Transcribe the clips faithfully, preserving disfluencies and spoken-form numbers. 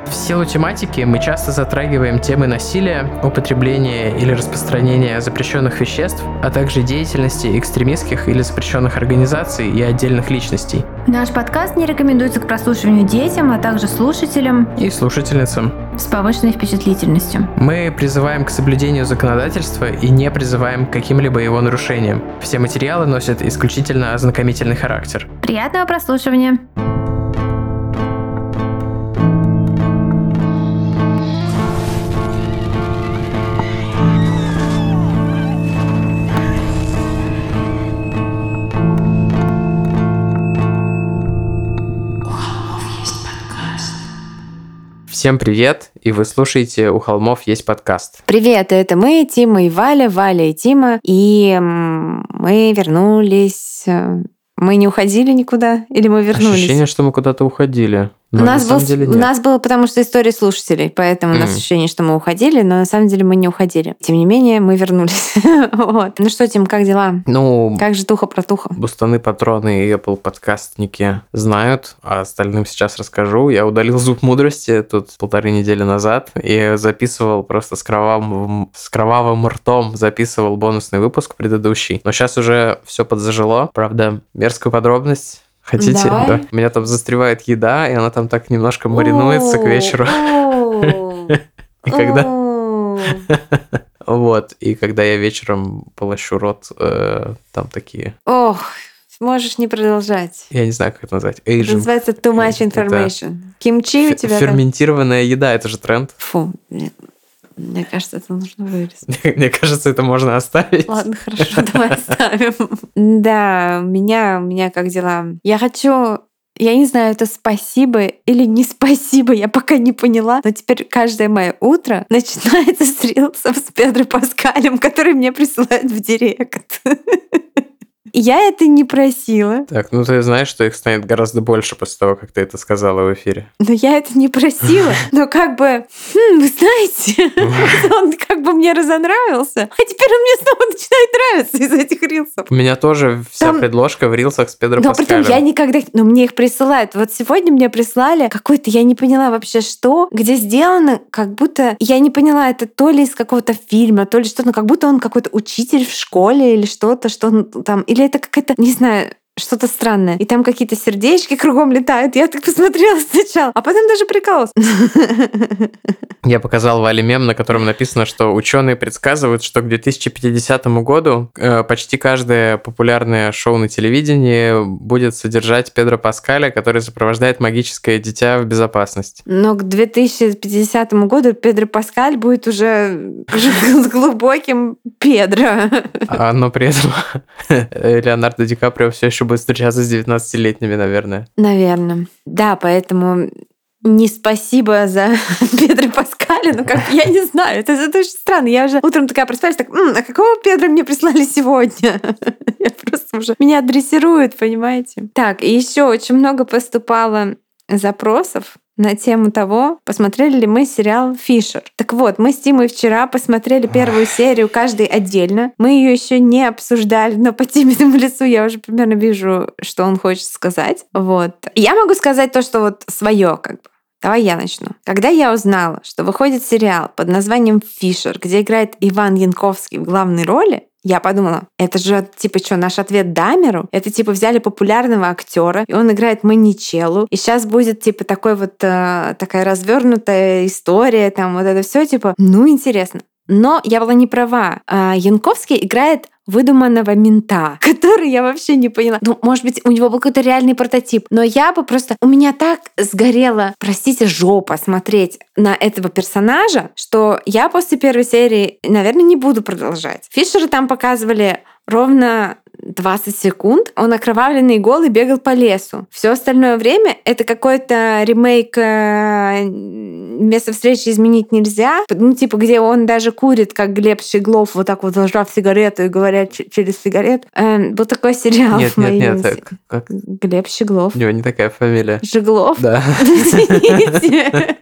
В силу тематики мы часто затрагиваем темы насилия, употребления или распространения запрещенных веществ, а также деятельности экстремистских или запрещенных организаций и отдельных личностей. Наш подкаст не рекомендуется к прослушиванию детям, а также слушателям и слушательницам с повышенной впечатлительностью. Мы призываем к соблюдению законодательства и не призываем к каким-либо его нарушениям. Все материалы носят исключительно ознакомительный характер. Приятного прослушивания! Всем привет, и вы слушаете «У холмов есть подкаст». Привет, это мы, Тима и Валя, Валя и Тима, и мы вернулись. Мы не уходили никуда, или мы вернулись? Ощущение, что мы куда-то уходили. У нас, был, у нас было, потому что история слушателей, поэтому mm. у нас ощущение, что мы уходили, но на самом деле мы не уходили. Тем не менее, мы вернулись. Вот. Ну что, Тим, как дела? Ну, как же туха-протуха? Бустаны, патроны и Apple подкастники знают, а остальным сейчас расскажу. Я удалил зуб мудрости тут полторы недели назад и записывал просто с кровавым, с кровавым ртом записывал бонусный выпуск предыдущий. Но сейчас уже все подзажило. Правда, мерзкую подробность. Хотите? Давай. Да. У меня там застревает еда, и она там так немножко маринуется к вечеру. И когда... Вот, и когда я вечером полощу рот, там такие... Ох, можешь не продолжать. Я не знаю, как это назвать. Это называется too much information. Кимчи у тебя... Ферментированная еда, это же тренд. Фу, мне кажется, это нужно вырезать. Мне кажется, это можно оставить. Ладно, хорошо, давай оставим. Да, у меня, у меня как дела? Я хочу... Я не знаю, это спасибо или не спасибо, я пока не поняла. Но теперь каждое мое утро начинается с рилсов с Педро Паскалем, который мне присылают в директ. Я это не просила. Так, ну ты знаешь, что их станет гораздо больше после того, как ты это сказала в эфире. Но я это не просила. Но как бы, хм, вы знаете, он как бы мне разонравился, а теперь он мне снова начинает нравиться из этих рилсов. У меня тоже вся Там... предложка в рилсах с Педро Но Паскалем. Но притом я никогда... Но мне их присылают. Вот сегодня мне прислали какой-то, я не поняла вообще что, где сделано, как будто... Я не поняла, это то ли из какого-то фильма, то ли что-то, как будто он какой-то учитель в школе или что-то, что он там... Или это какая-то, не знаю, что-то странное. И там какие-то сердечки кругом летают. Я так посмотрела сначала, а потом даже прикалывалась. Я показал Вале мем, на котором написано, что ученые предсказывают, что к две тысячи пятидесятому году э, почти каждое популярное шоу на телевидении будет содержать Педро Паскаля, который сопровождает магическое дитя в безопасность. Но к две тысячи пятидесятому году Педро Паскаль будет уже с глубоким Педро. А, но при этом Леонардо Ди Каприо все еще будет встречаться с девятнадцатилетними, наверное. Наверное. Да, поэтому не спасибо за Педро Паскаля, ну как, я не знаю, это, это очень странно. Я уже утром такая просыпаюсь, так, М, а какого Педро мне прислали сегодня? Я просто уже... Меня дрессируют, понимаете? Так, и еще очень много поступало запросов на тему того, посмотрели ли мы сериал «Фишер». Так вот, мы с Тимой вчера посмотрели первую серию, каждый отдельно. Мы ее еще не обсуждали, но по Тиминому лицу я уже примерно вижу, что он хочет сказать. Вот. Я могу сказать то, что вот свое как бы. Давай я начну. Когда я узнала, что выходит сериал под названием «Фишер», где играет Иван Янковский в главной роли, я подумала, это же, типа, что, наш ответ Дамеру? Это, типа, взяли популярного актера, и он играет Маничеллу, и сейчас будет, типа, такой вот, э, такая развернутая история, там, вот это все, типа, ну, интересно. Но я была не права. Янковский играет выдуманного мента, который я вообще не поняла. Ну, может быть, у него был какой-то реальный прототип, но я бы просто... У меня так сгорела, простите, жопа смотреть на этого персонажа, что я после первой серии, наверное, не буду продолжать. Фишера там показывали ровно двадцать секунд. Он окровавленный, голый, бегал по лесу. Все остальное время это какой-то ремейк «Место встречи изменить нельзя». Ну, типа, где он даже курит, как Глеб Щеглов, вот так вот зажав сигарету и говоря через сигарет. Эм, был такой сериал нет, в моей Нет, нет, нет. Как? Глеб Щеглов. У него не такая фамилия. Жеглов? Да. Извините.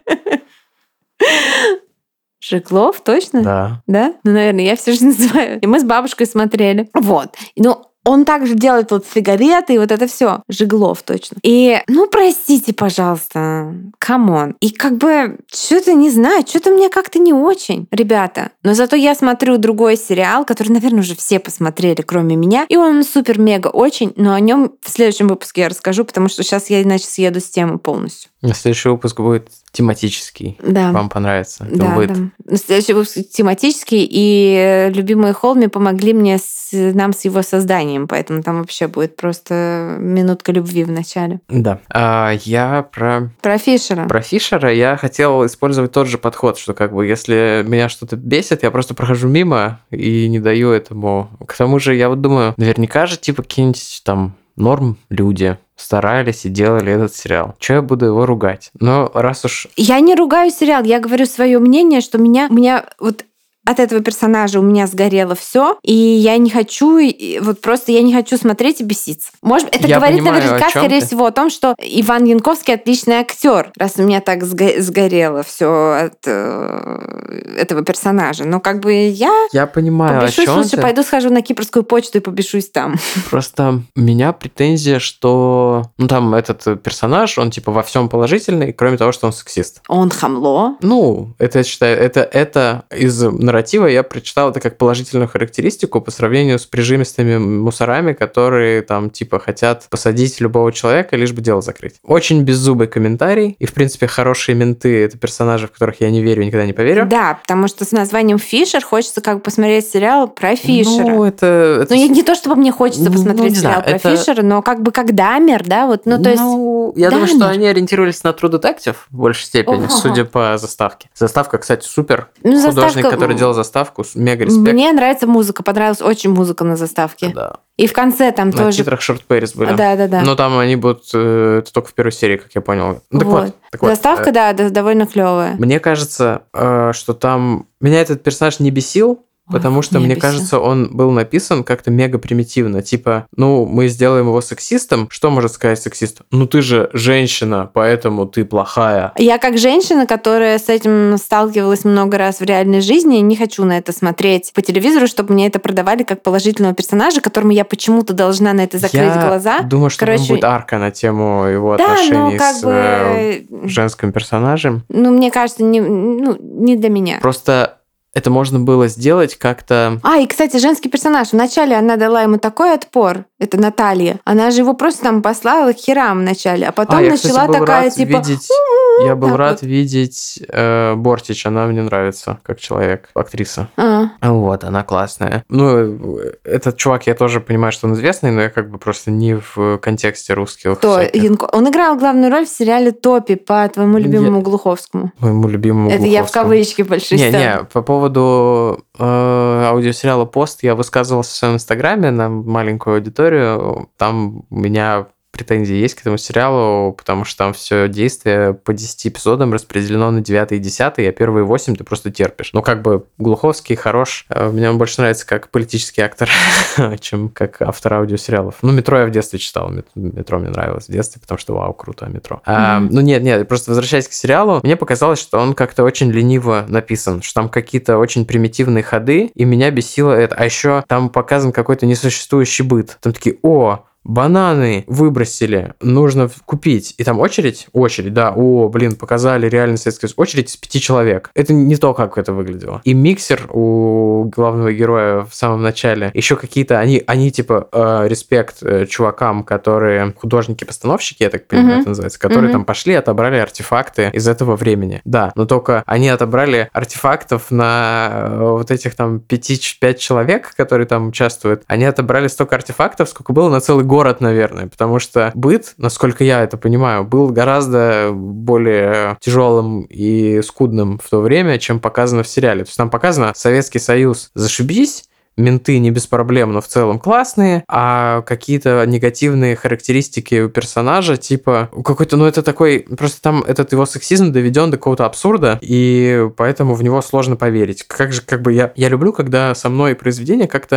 Жеглов, точно? Да. Да? Ну, наверное, я все же называю. И мы с бабушкой смотрели. Вот. Ну, он также делает вот сигареты и вот это все. Жиглов точно. И, ну, простите, пожалуйста, камон. И как бы, что-то не знаю, что-то мне как-то не очень, ребята. Но зато я смотрю другой сериал, который, наверное, уже все посмотрели, кроме меня. И он супер-мега очень, но о нем в следующем выпуске я расскажу, потому что сейчас я иначе съеду с темы полностью. Следующий выпуск будет тематический. Да. Вам понравится. Это Да, будет... да. Следующий выпуск тематический, и любимые Холми помогли мне с, нам с его созданием, поэтому там вообще будет просто минутка любви в начале. Да. А, я про... Про Фишера. Про Фишера я хотел использовать тот же подход, что как бы если меня что-то бесит, я просто прохожу мимо и не даю этому. К тому же я вот думаю, наверняка же типа какие-нибудь там норм люди старались и делали этот сериал. Че я буду его ругать? Но раз уж... Я не ругаю сериал, я говорю свое мнение, что меня, меня вот от этого персонажа у меня сгорело все, и я не хочу, вот просто я не хочу смотреть и беситься. Может, это Я говорит понимаю, наверняка, о чём скорее ты. всего, о том, что Иван Янковский отличный актер, раз у меня так сго- сгорело все от э, этого персонажа. Но как бы я Я понимаю, о побешусь, чем лучше ты. пойду схожу на кипрскую почту и побешусь там. Просто у меня претензия, что ну там этот персонаж, он типа во всем положительный, кроме того, что он сексист. Он хамло. Ну, это я считаю, это, это из нарратива я прочитал это как положительную характеристику по сравнению с прижимистыми мусорами, которые там типа хотят посадить любого человека, лишь бы дело закрыть. Очень беззубый комментарий, и в принципе хорошие менты — это персонажи, в которых я не верю и никогда не поверю. Да, потому что с названием Фишер хочется как бы посмотреть сериал про Фишера. Ну, это... это... Ну, не, не то, чтобы мне хочется посмотреть Ну, не сериал знаю, про это- Фишера, но как бы как Дамер, да, вот, ну, то есть... Ну, я думаю, Дамер. что они ориентировались на True Detective в большей степени, Ого. судя по заставке. Заставка, кстати, супер. Ну, Художник, заставка- который делал заставку, с- мега респект. Мне нравится музыка, понравилась очень музыка на заставке. Да. И в конце там На тоже... титрах Short Paris были. Да, да, да. Но там они будут э, это только в первой серии, как я понял. Ну, так вот. Вот. так вот, Заставка, э, да, да, довольно клевая. Мне кажется, э, что там... Меня этот персонаж не бесил, потому Ой, что, меня мне бесил. кажется, он был написан как-то мега примитивно. Типа, ну, мы сделаем его сексистом. Что может сказать сексист? Ну, ты же женщина, поэтому ты плохая. Я как женщина, которая с этим сталкивалась много раз в реальной жизни, не хочу на это смотреть по телевизору, чтобы мне это продавали как положительного персонажа, которому я почему-то должна на это закрыть я глаза. думаю, что Короче, там будет арка на тему его Да, но отношений как с э, бы... женским персонажем. Ну, мне кажется, не, ну, не для меня. Просто это можно было сделать как-то... А, и, кстати, женский персонаж. Вначале она дала ему такой отпор. Это Наталья. Она же его просто там послала к херам вначале. А потом а, я, начала кстати, был такая, рад типа... видеть... Я был так рад вот. видеть э, Бортич, она мне нравится как человек, актриса. А, Вот, она классная. Ну, этот чувак, я тоже понимаю, что он известный, но я как бы просто не в контексте русских кто? всяких. Янко- Он играл главную роль в сериале «Топи» по твоему любимому Я- Глуховскому. Моему любимому Это я в Глуховскому. кавычки большие Не, ставлю. не, по поводу э, аудиосериала «Пост» я высказывался в своем инстаграме на маленькую аудиторию. Там у меня претензии есть к этому сериалу, потому что там все действие по десяти эпизодам распределено на девятый и десятый, а первые восемь ты просто терпишь. Но как бы Глуховский хорош. Э, Мне он больше нравится как политический актор, чем как автор аудиосериалов. Ну, «Метро» я в детстве читал. Мет- «Метро» мне нравилось в детстве, потому что вау, круто, «Метро». А, Мгм. ну, нет, нет, просто возвращаясь к сериалу, мне показалось, что он как-то очень лениво написан, что там какие-то очень примитивные ходы, и меня бесило это. А еще там показан какой-то несуществующий быт. Там такие, о, бананы выбросили, нужно в- купить. И там очередь? Очередь, да. О, блин, показали реальный Советский Союз. Очередь из пяти человек. Это не то, как это выглядело. И миксер у главного героя в самом начале. Еще какие-то, они, они типа, э, респект э, чувакам, которые художники-постановщики, я так понимаю, Мгм. это называется, которые Мгм. там пошли и отобрали артефакты из этого времени. Да, но только они отобрали артефактов на э, вот этих там пяти-пять человек, которые там участвуют. Они отобрали столько артефактов, сколько было на целый город, наверное, потому что быт, насколько я это понимаю, был гораздо более тяжелым и скудным в то время, чем показано в сериале. То есть там показано Советский Союз, зашибись, менты не без проблем, но в целом классные, а какие-то негативные характеристики у персонажа, типа какой-то, ну это такой, просто там этот его сексизм доведен до какого-то абсурда, и поэтому в него сложно поверить. Как же, как бы я, я люблю, когда со мной произведение как-то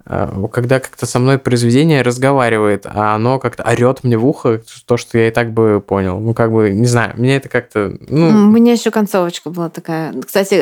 когда как-то со мной произведение разговаривает, а оно как-то орет мне в ухо, то, что я и так бы понял. Ну, как бы, не знаю, мне это как-то... Ну... У меня еще концовочка была такая. Кстати,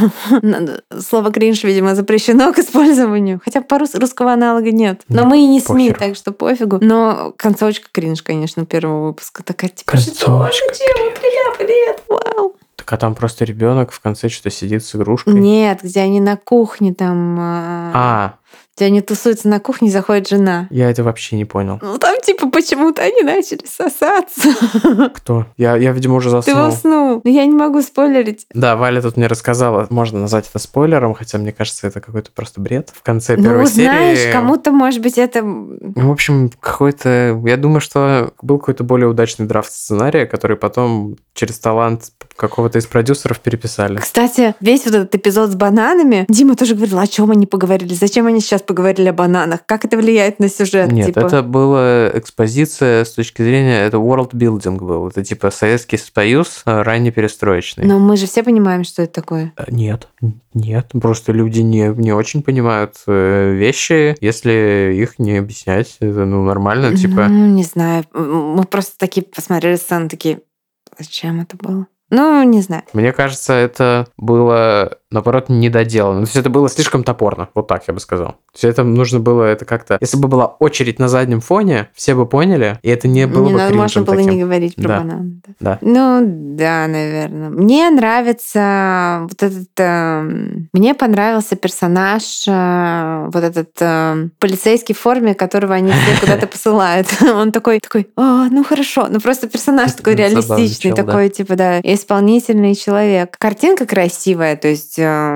слово кринж, видимо, запрещено к использованию. Хотя по русского аналога нет. Но мы и не СМИ, так что пофигу. Но концовочка кринж, конечно, первого выпуска. Такая, типа, концовочка. Привет, привет, вау. Так а там просто ребенок в конце что-то сидит с игрушкой? Нет, где они на кухне там... А, где они тусуются на кухне, заходит жена. Я это вообще не понял. Ну, там, типа, почему-то они начали сосаться. Кто? Я, я видимо, уже заснул. Ты уснул. Я не могу спойлерить. Да, Валя тут мне рассказала, можно назвать это спойлером, хотя, мне кажется, это какой-то просто бред. В конце первой ну, серии... Ну, знаешь, кому-то, может быть, это... В общем, какой-то... Я думаю, что был какой-то более удачный драфт сценария, который потом через талант какого-то из продюсеров переписали. Кстати, весь вот этот эпизод с бананами, Дима тоже говорил, о чем они поговорили, зачем они сейчас поговорили о бананах, как это влияет на сюжет. Нет, типа... это была экспозиция с точки зрения, это world building был, это типа Советский Союз раннеперестроечный. Но мы же все понимаем, что это такое. Нет, нет, просто люди не, не очень понимают вещи, если их не объяснять, это ну нормально, типа... Ну, не знаю, мы просто такие посмотрели сцену, такие, зачем это было? Ну, не знаю. Мне кажется, это было, наоборот, недоделано. То есть это было слишком топорно. Вот так я бы сказал. То есть это нужно было это как-то... Если бы была очередь на заднем фоне, все бы поняли, и это не было не, бы кринжем можно было таким. не говорить про да. банан. Да. да. Ну, да, наверное. Мне нравится вот этот... Э, мне понравился персонаж, э, вот этот э, полицейский в форме, которого они все куда-то посылают. Он такой, такой, о, ну хорошо. Ну просто персонаж такой реалистичный, такой, типа, да, исполнительный человек. Картинка красивая, то есть...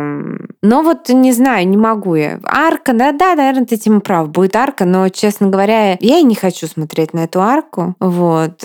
Но вот не знаю, не могу я. Арка, да, да, наверное, ты, Тима, прав. Будет арка, но, честно говоря, я и не хочу смотреть на эту арку. Вот.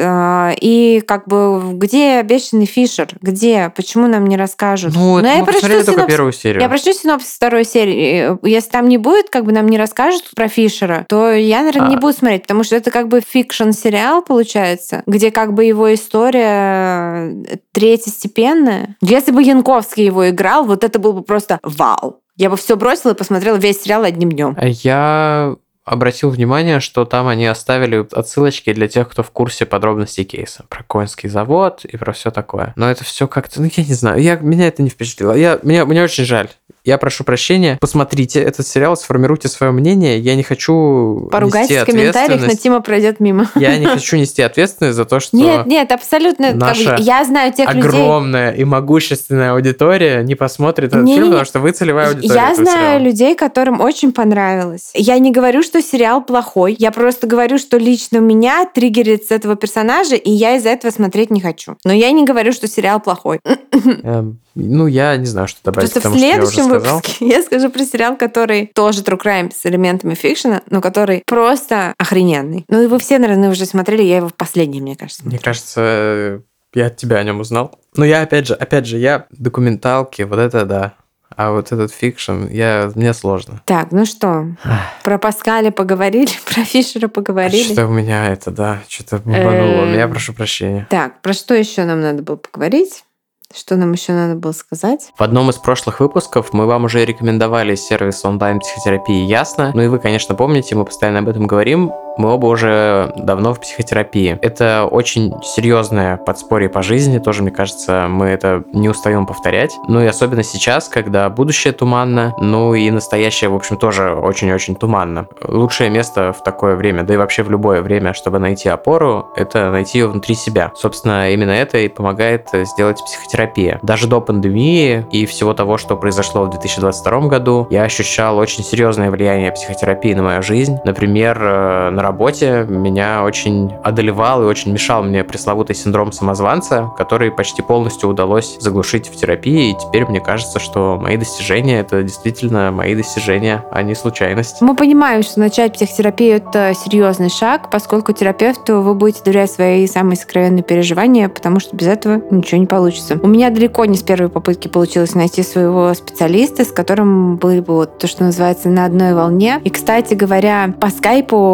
И как бы где обещанный Фишер? Где? Почему нам не расскажут? Ну, но я мы посмотрели только первую серию. Я прочту синопсис второй серии. Если там не будет, как бы нам не расскажут про Фишера, то я, наверное, а. не буду смотреть, потому что это как бы фикшн-сериал, получается, где как бы его история третьестепенная. Если бы Янковский его играл, вот это был бы просто вау. Я бы все бросила и посмотрела весь сериал одним днем. Я обратил внимание, что там они оставили отсылочки для тех, кто в курсе подробностей кейса. Про Коинский завод и про все такое. Но это все как-то, ну я не знаю, я, меня это не впечатлило. Я, меня, мне очень жаль. Я прошу прощения. Посмотрите этот сериал, сформируйте свое мнение. Я не хочу поругайтесь нести в комментариях, но Тима пройдет мимо. Я не хочу нести ответственность за то, что нет, нет, абсолютно. Наша как бы, я знаю тех огромная людей. Огромная и могущественная аудитория не посмотрит этот не, фильм, не, потому что вы целевая аудитория. Я знаю сериала. людей, которым очень понравилось. Я не говорю, что сериал плохой. Я просто говорю, что лично меня триггерит с этого персонажа, и я из-за этого смотреть не хочу. Но я не говорю, что сериал плохой. Ну, я не знаю, что добавить Просто к тому, в следующем что я уже сказал. выпуске я скажу про сериал, который тоже true crime с элементами фикшена, но который просто охрененный. Ну, и вы все, наверное, уже смотрели, я его в последний, мне кажется. Мне кажется, я от тебя о нем узнал. Но я, опять же, опять же, я документалки, вот это да. А вот этот фикшн, я, мне сложно. Так, ну что, про Паскаля поговорили, про Фишера поговорили. Что-то у меня это, да, что-то бомбануло. Я прошу прощения. Так, про что еще нам надо было поговорить? Что нам еще надо было сказать? В одном из прошлых выпусков мы вам уже рекомендовали сервис онлайн-психотерапии «Ясно». Ну и вы, конечно, помните, мы постоянно об этом говорим. Мы оба уже давно в психотерапии. Это очень серьезное подспорье по жизни, тоже, мне кажется, мы это не устаем повторять. Ну и особенно сейчас, когда будущее туманно, ну и настоящее, в общем, тоже очень-очень туманно. Лучшее место в такое время, да и вообще в любое время, чтобы найти опору, это найти ее внутри себя. Собственно, именно это и помогает сделать психотерапия. Даже до пандемии и всего того, что произошло в две тысячи двадцать втором году, я ощущал очень серьезное влияние психотерапии на мою жизнь. Например, на работе меня очень одолевал и очень мешал мне пресловутый синдром самозванца, который почти полностью удалось заглушить в терапии, и теперь мне кажется, что мои достижения — это действительно мои достижения, а не случайность. Мы понимаем, что начать психотерапию — это серьезный шаг, поскольку терапевту вы будете доверять свои самые сокровенные переживания, потому что без этого ничего не получится. У меня далеко не с первой попытки получилось найти своего специалиста, с которым были бы вот то, что называется, на одной волне. И, кстати говоря, по скайпу, по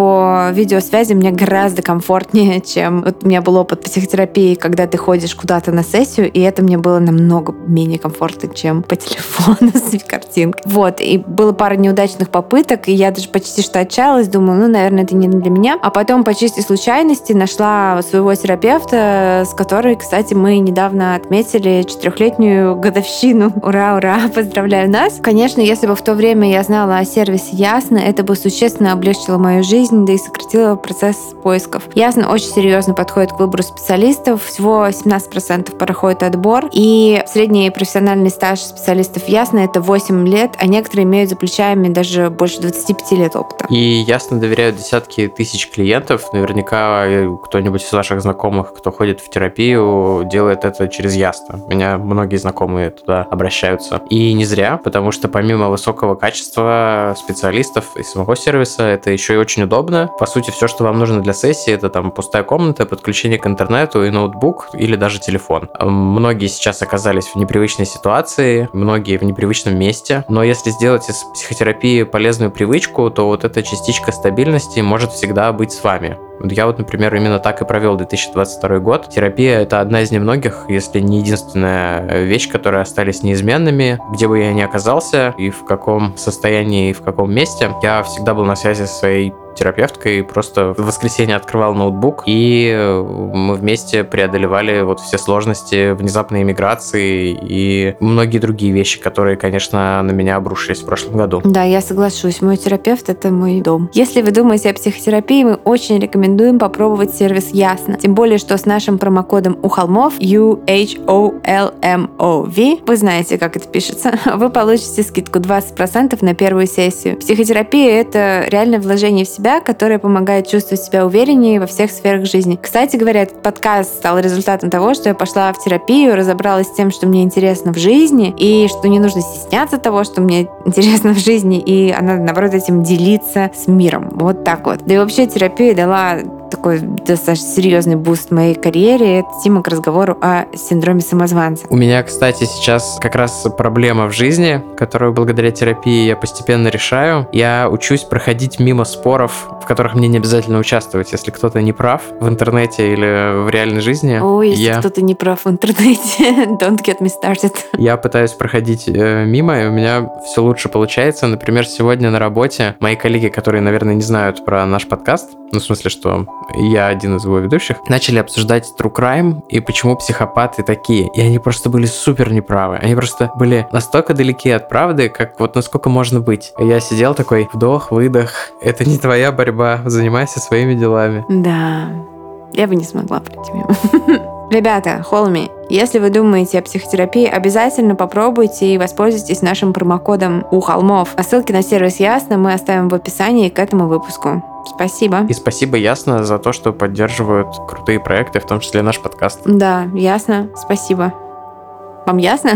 по видеосвязи мне гораздо комфортнее, чем вот у меня был опыт психотерапии, когда ты ходишь куда-то на сессию, и это мне было намного менее комфортно, чем по телефону с картинкой. Вот, и было пара неудачных попыток, и я даже почти что отчаялась, думала, ну, наверное, это не для меня. А потом по чистой случайности нашла своего терапевта, с которой, кстати, мы недавно отметили четырехлетнюю годовщину. Ура, ура, поздравляю нас. Конечно, если бы в то время я знала о сервисе Ясно, это бы существенно облегчило мою жизнь, да и сократило процесс поисков. Ясно очень серьезно подходит к выбору специалистов. Всего семнадцать процентов проходит отбор. И средний профессиональный стаж специалистов Ясно — это восемь лет, а некоторые имеют за плечами даже больше двадцать пять лет опыта. И Ясно доверяют десятки тысяч клиентов. Наверняка кто-нибудь из ваших знакомых, кто ходит в терапию, делает это через Ясно. У меня многие знакомые туда обращаются. И не зря, потому что помимо высокого качества специалистов и самого сервиса, это еще и очень удобно. По сути, все, что вам нужно для сессии, это там пустая комната, подключение к интернету и ноутбук или даже телефон. Многие сейчас оказались в непривычной ситуации, многие в непривычном месте, но если сделать из психотерапии полезную привычку, то вот эта частичка стабильности может всегда быть с вами. Я вот, например, именно так и провел две тысячи двадцать второй год. Терапия — это одна из немногих, если не единственная вещь, которые остались неизменными. Где бы я ни оказался, и в каком состоянии, и в каком месте, я всегда был на связи со своей терапевткой, просто в воскресенье открывал ноутбук, и мы вместе преодолевали вот все сложности внезапной эмиграции и многие другие вещи, которые, конечно, на меня обрушились в прошлом году. Да, я соглашусь. Мой терапевт — это мой дом. Если вы думаете о психотерапии, мы очень рекомендуем попробовать сервис Ясно. Тем более, что с нашим промокодом у холмов ю эйч о эл эм о ви, вы знаете, как это пишется, вы получите скидку двадцать процентов на первую сессию. Психотерапия — это реальное вложение в себя, которая помогает чувствовать себя увереннее во всех сферах жизни. Кстати говоря, этот подкаст стал результатом того, что я пошла в терапию, разобралась с тем, что мне интересно в жизни, и что не нужно стесняться того, что мне интересно в жизни, и она, наоборот, этим делиться с миром. Вот так вот. Да и вообще терапия дала такой достаточно серьезный буст в моей карьере. Это тема к разговору о синдроме самозванца. У меня, кстати, сейчас как раз проблема в жизни, которую благодаря терапии я постепенно решаю. Я учусь проходить мимо споров, в которых мне не обязательно участвовать. Если кто-то не прав в интернете или в реальной жизни. О, если я... кто-то не прав в интернете, don't get me started. Я пытаюсь проходить э, мимо, и у меня все лучше получается. Например, сегодня на работе мои коллеги, которые, наверное, не знают про наш подкаст, ну, в смысле, что я один из его ведущих, начали обсуждать true crime и почему психопаты такие. И они просто были супер неправы. Они просто были настолько далеки от правды, как вот насколько можно быть. И я сидел такой, вдох, выдох, это не твоя борьба, занимайся своими делами. Да, я бы не смогла пройти мимо. Ребята, холми, если вы думаете о психотерапии, обязательно попробуйте и воспользуйтесь нашим промокодом у холмов. А ссылки на сервис Ясно мы оставим в описании к этому выпуску. Спасибо. И спасибо Ясно за то, что поддерживают крутые проекты, в том числе наш подкаст. Да, Ясно. Спасибо. Вам ясно?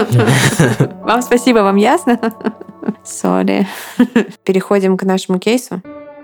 Вам спасибо, вам ясно? Сори. Переходим к нашему кейсу.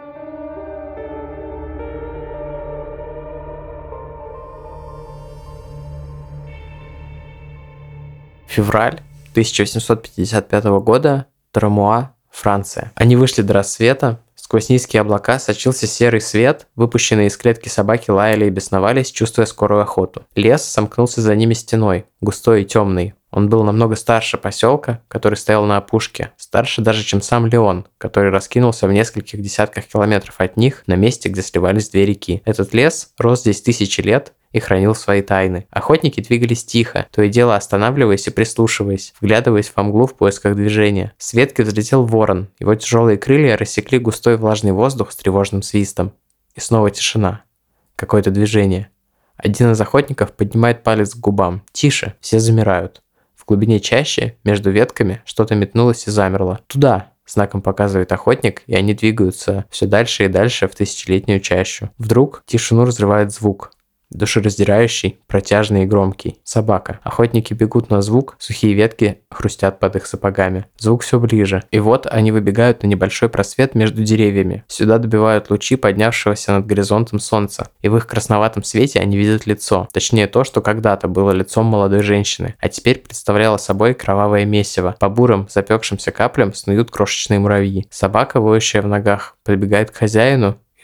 Февраль тысяча восемьсот пятьдесят пятого года, Трамуа, Франция. Они вышли до рассвета. Сквозь низкие облака сочился серый свет, выпущенные из клетки собаки лаяли и бесновались, чувствуя скорую охоту. Лес сомкнулся за ними стеной, густой и темный. Он был намного старше поселка, который стоял на опушке, старше даже, чем сам Леон, который раскинулся в нескольких десятках километров от них, на месте, где сливались две реки. Этот лес рос здесь тысячи лет и хранил свои тайны. Охотники двигались тихо, то и дело останавливаясь и прислушиваясь, вглядываясь во мглу в поисках движения. С ветки взлетел ворон, его тяжелые крылья рассекли густой влажный воздух с тревожным свистом. И снова тишина. Какое-то движение. Один из охотников поднимает палец к губам. Тише, все замирают. В глубине чащи, между ветками, что-то метнулось и замерло. «Туда!» — знаком показывает охотник, и они двигаются все дальше и дальше в тысячелетнюю чащу. Вдруг тишину разрывает звук. Душераздирающий, протяжный и громкий. Собака. Охотники бегут на звук, сухие ветки хрустят под их сапогами. Звук все ближе. И вот они выбегают на небольшой просвет между деревьями. Сюда добивают лучи поднявшегося над горизонтом солнца. И в их красноватом свете они видят лицо. Точнее то, что когда-то было лицом молодой женщины, а теперь представляло собой кровавое месиво. По бурым, запекшимся каплям снуют крошечные муравьи. Собака, воющая в ногах, подбегает к хозяину,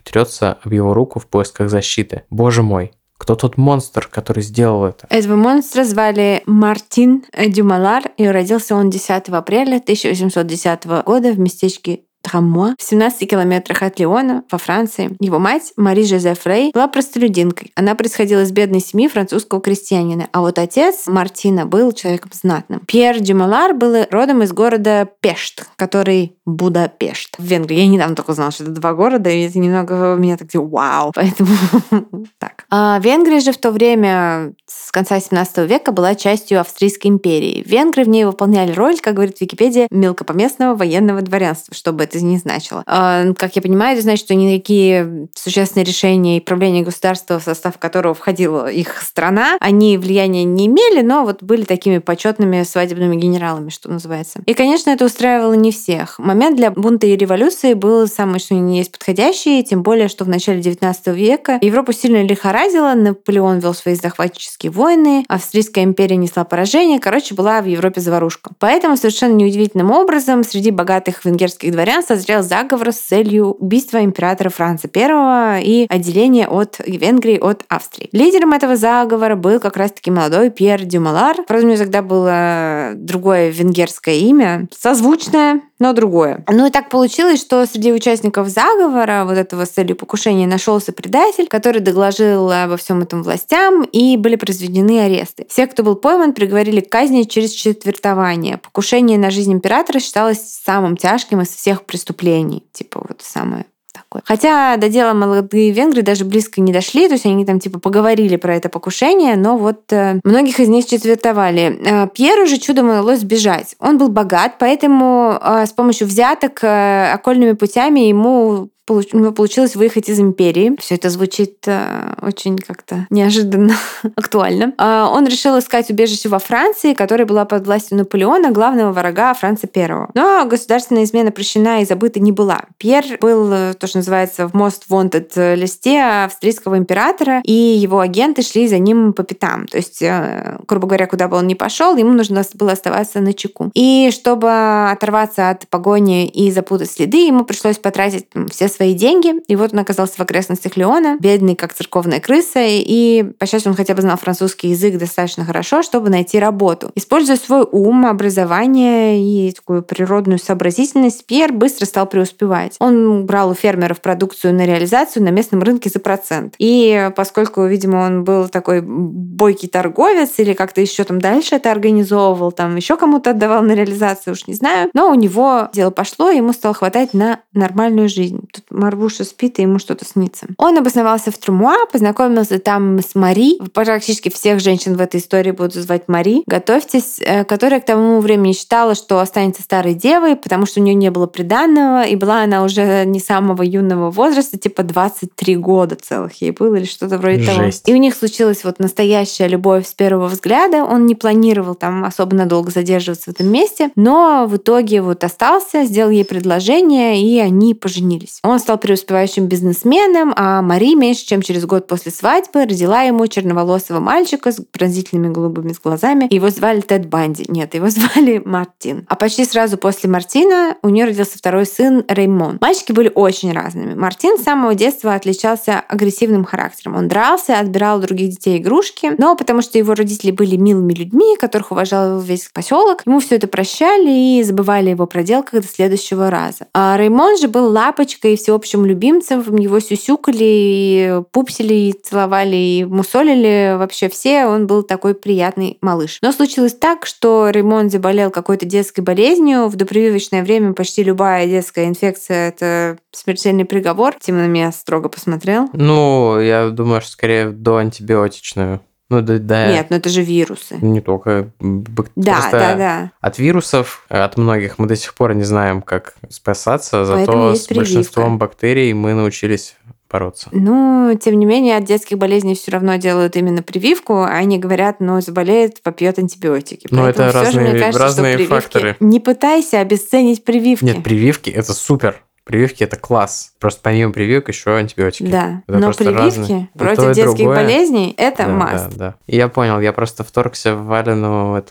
трется об его руку в поисках защиты. Боже мой, кто тот монстр, который сделал это? Этого монстра звали Мартин Дюмалар, и родился он десятого апреля тысяча восемьсот десятого года в местечке Трамуа в семнадцати километрах от Лиона во Франции. Его мать, Мари Жозеф Рей, была простолюдинкой. Она происходила из бедной семьи французского крестьянина, а вот отец Мартина был человеком знатным. Пьер Дюмалар был родом из города Пешт, который Будапешт в Венгрии. Я недавно только узнала, что это два города, и это немного меня так вау. Поэтому так. А Венгрия же в то время, с конца семнадцатого века, была частью Австрийской империи. Венгры в ней выполняли роль, как говорит Википедия, мелкопоместного военного дворянства, чтобы это не значило. А, как я понимаю, это значит, что никакие существенные решения и правления государства, в состав которого входила их страна, они влияния не имели, но вот были такими почетными свадебными генералами, что называется. И, конечно, это устраивало не всех. Момент для бунта и революции был самый что ни на есть подходящий, тем более, что в начале девятнадцатого века Европу сильно лихорадило, Наполеон вел свои захватческие войны, Австрийская империя несла поражение, короче, была в Европе заварушка. Поэтому совершенно неудивительным образом среди богатых венгерских дворян созрел заговор с целью убийства императора Франца Первого и отделения от Венгрии от Австрии. Лидером этого заговора был как раз-таки молодой Пьер Дюмалар. Правда, у него тогда было другое венгерское имя, созвучное, но другое. Ну и так получилось, что среди участников заговора, вот этого с целью покушения, нашелся предатель, который доложил обо всем этом властям, и были произведены аресты. Все, кто был пойман, приговорили к казни через четвертование. Покушение на жизнь императора считалось самым тяжким из всех преступлений. Типа вот самое такое. Хотя до дела молодые венгры даже близко не дошли, то есть они там типа поговорили про это покушение, но вот э, многих из них четвертовали. Э, Пьеру же чудом удалось сбежать. Он был богат, поэтому э, с помощью взяток э, окольными путями ему получилось выехать из империи. Все это звучит э, очень как-то неожиданно актуально. Э, он решил искать убежище во Франции, которая была под властью Наполеона, главного врага Франца Первого. Но государственная измена прощена и забыта не была. Пьер был, то, что называется, в Most Wanted листе австрийского императора, и его агенты шли за ним по пятам. То есть, э, грубо говоря, куда бы он ни пошел, ему нужно было оставаться начеку. И чтобы оторваться от погони и запутать следы, ему пришлось потратить все свои деньги, и вот он оказался в окрестностях Лиона, бедный, как церковная крыса, и, по счастью, он хотя бы знал французский язык достаточно хорошо, чтобы найти работу. Используя свой ум, образование и такую природную сообразительность, Пьер быстро стал преуспевать. Он брал у фермеров продукцию на реализацию на местном рынке за процент. И поскольку, видимо, он был такой бойкий торговец или как-то еще там дальше это организовывал, там еще кому-то отдавал на реализацию, уж не знаю, но у него дело пошло, и ему стало хватать на нормальную жизнь. Тут Марбуша спит, и ему что-то снится. Он обосновался в Трамуа, познакомился там с Мари. Практически всех женщин в этой истории будут звать Мари. Готовьтесь, которая к тому времени считала, что останется старой девой, потому что у нее не было приданного, и была она уже не самого юного возраста, типа двадцать три года целых ей было, или что-то вроде Жесть. того. И у них случилась вот настоящая любовь с первого взгляда. Он не планировал там особо надолго задерживаться в этом месте, но в итоге вот остался, сделал ей предложение, и они поженились. Он стал преуспевающим бизнесменом, а Мари меньше чем через год после свадьбы родила ему черноволосого мальчика с пронзительными голубыми глазами. Его звали Тед Банди. Нет, его звали Мартин. А почти сразу после Мартина у нее родился второй сын Реймон. Мальчики были очень разными. Мартин с самого детства отличался агрессивным характером. Он дрался, отбирал у других детей игрушки, но потому что его родители были милыми людьми, которых уважал весь поселок, ему все это прощали и забывали его проделках до следующего раза. А Реймон же был лапочкой и всеобщим любимцем, его сюсюкали, и пупсили, и целовали, и мусолили вообще все. Он был такой приятный малыш. Но случилось так, что Реймон заболел какой-то детской болезнью. В допрививочное время почти любая детская инфекция — это смертельный приговор. Тима на меня строго посмотрел. Ну, я думаю, что скорее до антибиотичную. Ну, да, да. Нет, ну это же вирусы. Не только. Бак... Да, Просто да, да. От вирусов, от многих мы до сих пор не знаем, как спасаться, Поэтому зато есть с прививка. большинством бактерий мы научились бороться. Ну, тем не менее, от детских болезней все равно делают именно прививку, а они говорят, ну, заболеет, попьет антибиотики. Но это всё же, разные, мне кажется, разные что прививки... факторы. Не пытайся обесценить прививки. Нет, прививки — это супер. Прививки — это класс. Просто помимо прививок еще антибиотики. Да, это но прививки разные. против детских другое. болезней — это Да, маст. да, да. И я понял, я просто вторгся в Валину эту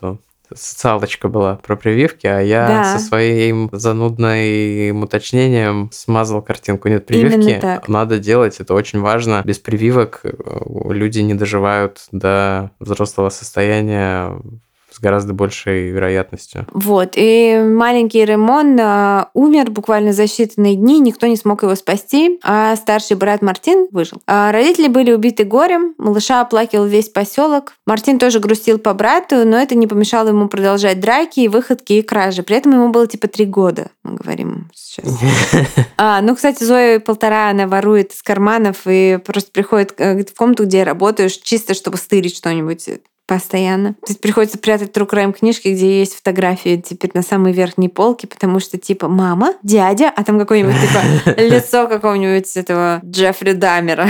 социалочка была про прививки, а я Да. со своим занудным уточнением смазал картинку. Нет, прививки надо делать, это очень важно. Без прививок люди не доживают до взрослого состояния с гораздо большей вероятностью. Вот. И маленький Ремон а, умер буквально за считанные дни, никто не смог его спасти, а старший брат Мартин выжил. А родители были убиты горем, малыша оплакивал весь поселок. Мартин тоже грустил по брату, но это не помешало ему продолжать драки, выходки и кражи. При этом ему было типа три года, мы говорим сейчас. А, ну, кстати, Зоя полтора, она ворует из карманов и просто приходит в комнату, где работаешь, чисто чтобы стырить что-нибудь. Постоянно. То есть приходится прятать true crime книжки, где есть фотографии теперь на самой верхней полке, потому что типа мама, дядя, а там какое-нибудь типа лицо какого-нибудь этого Джеффри Даммера.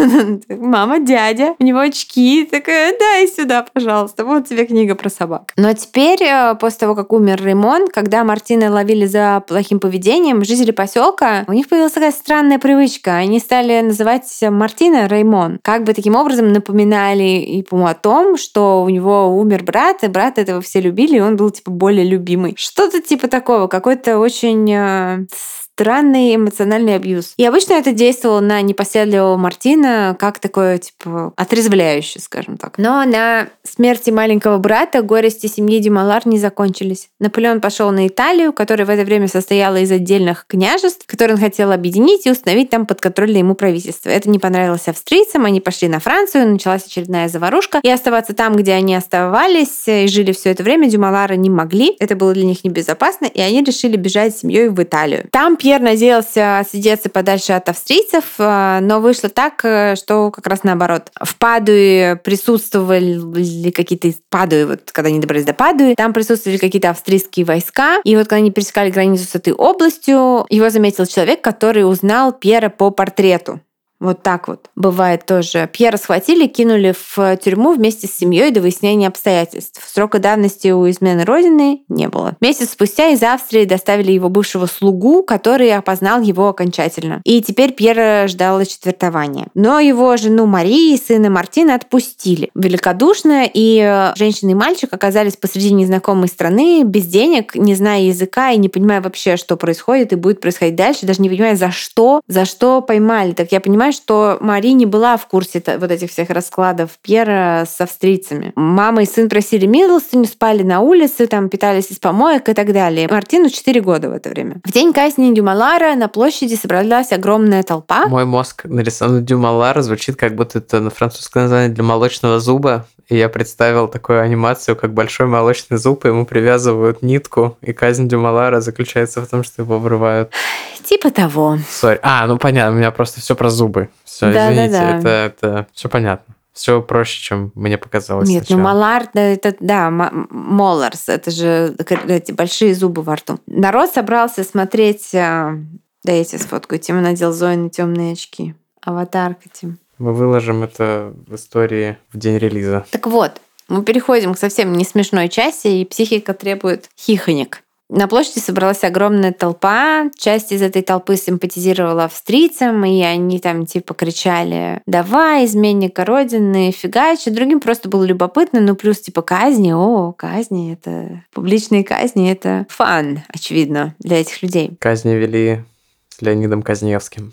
Мама, дядя, у него очки. Такая, дай сюда, пожалуйста, вот тебе книга про собак. Но теперь, после того, как умер Ремон, когда Мартина ловили за плохим поведением, жители поселка, у них появилась такая странная привычка. Они стали называть Мартина Реймон. Как бы таким образом напоминали ему о том, что у него умер брат, и брата этого все любили, и он был типа более любимый. Что-то типа такого, какой-то очень э, странный эмоциональный абьюз. И обычно это действовало на непоседливого Мартина как такое, типа, отрезвляющее, скажем так. Но на смерти маленького брата горести семьи Дюмалар не закончились. Наполеон пошел на Италию, которая в это время состояла из отдельных княжеств, которые он хотел объединить и установить там подконтрольное ему правительство. Это не понравилось австрийцам, они пошли на Францию, началась очередная заварушка, и оставаться там, где они оставались и жили все это время, Дюмалары не могли. Это было для них небезопасно, и они решили бежать с семьей в Италию. Там Пьер надеялся отсидеться подальше от австрийцев, но вышло так, что как раз наоборот. В Падуе присутствовали какие-то... Падуи, вот когда они добрались до Падуи, там присутствовали какие-то австрийские войска, и вот когда они пересекали границу с этой областью, его заметил человек, который узнал Пьера по портрету. Вот так вот бывает тоже. Пьера схватили, кинули в тюрьму вместе с семьей до выяснения обстоятельств. Срока давности у измены родины не было. Месяц спустя из Австрии доставили его бывшего слугу, который опознал его окончательно. И теперь Пьера ждало четвертования. Но его жену Мари и сына Мартина отпустили. Великодушно, и женщина и мальчик оказались посреди незнакомой страны, без денег, не зная языка и не понимая вообще, что происходит и будет происходить дальше, даже не понимая, за что, за что поймали. Так я понимаю, что Мари не была в курсе вот этих всех раскладов Пьера с австрийцами. Мама и сын просили милостыню, спали на улице, там питались из помоек и так далее. Мартину четыре года в это время. В день казни Дюмалара на площади собралась огромная толпа. Мой мозг нарисован Дюмалар, звучит как будто это на французское название для молочного зуба. И я представил такую анимацию, как большой молочный зуб, и ему привязывают нитку, и казнь Дюмалара заключается в том, что его вырывают. Типа того. Сори. А, ну понятно, у меня просто все про зубы. Все, да, извините, да, да. это, это все понятно. Все проще, чем мне показалось. Нет, сначала. ну молар, да, это, да, моларс, это же эти большие зубы во рту. Народ собрался смотреть, да, я тебе сфоткаю, Тим надел Зоины темные очки. Аватарка, Тим. Мы выложим это в истории в день релиза. Так вот, мы переходим к совсем не смешной части, и психика требует хихонек. На площади собралась огромная толпа. Часть из этой толпы симпатизировала австрийцам, и они там типа кричали «Давай, изменника Родины, фигачи». Другим просто было любопытно, ну плюс типа казни, о, казни, это публичные казни, это фан, очевидно, для этих людей. Казни вели с Леонидом Казневским.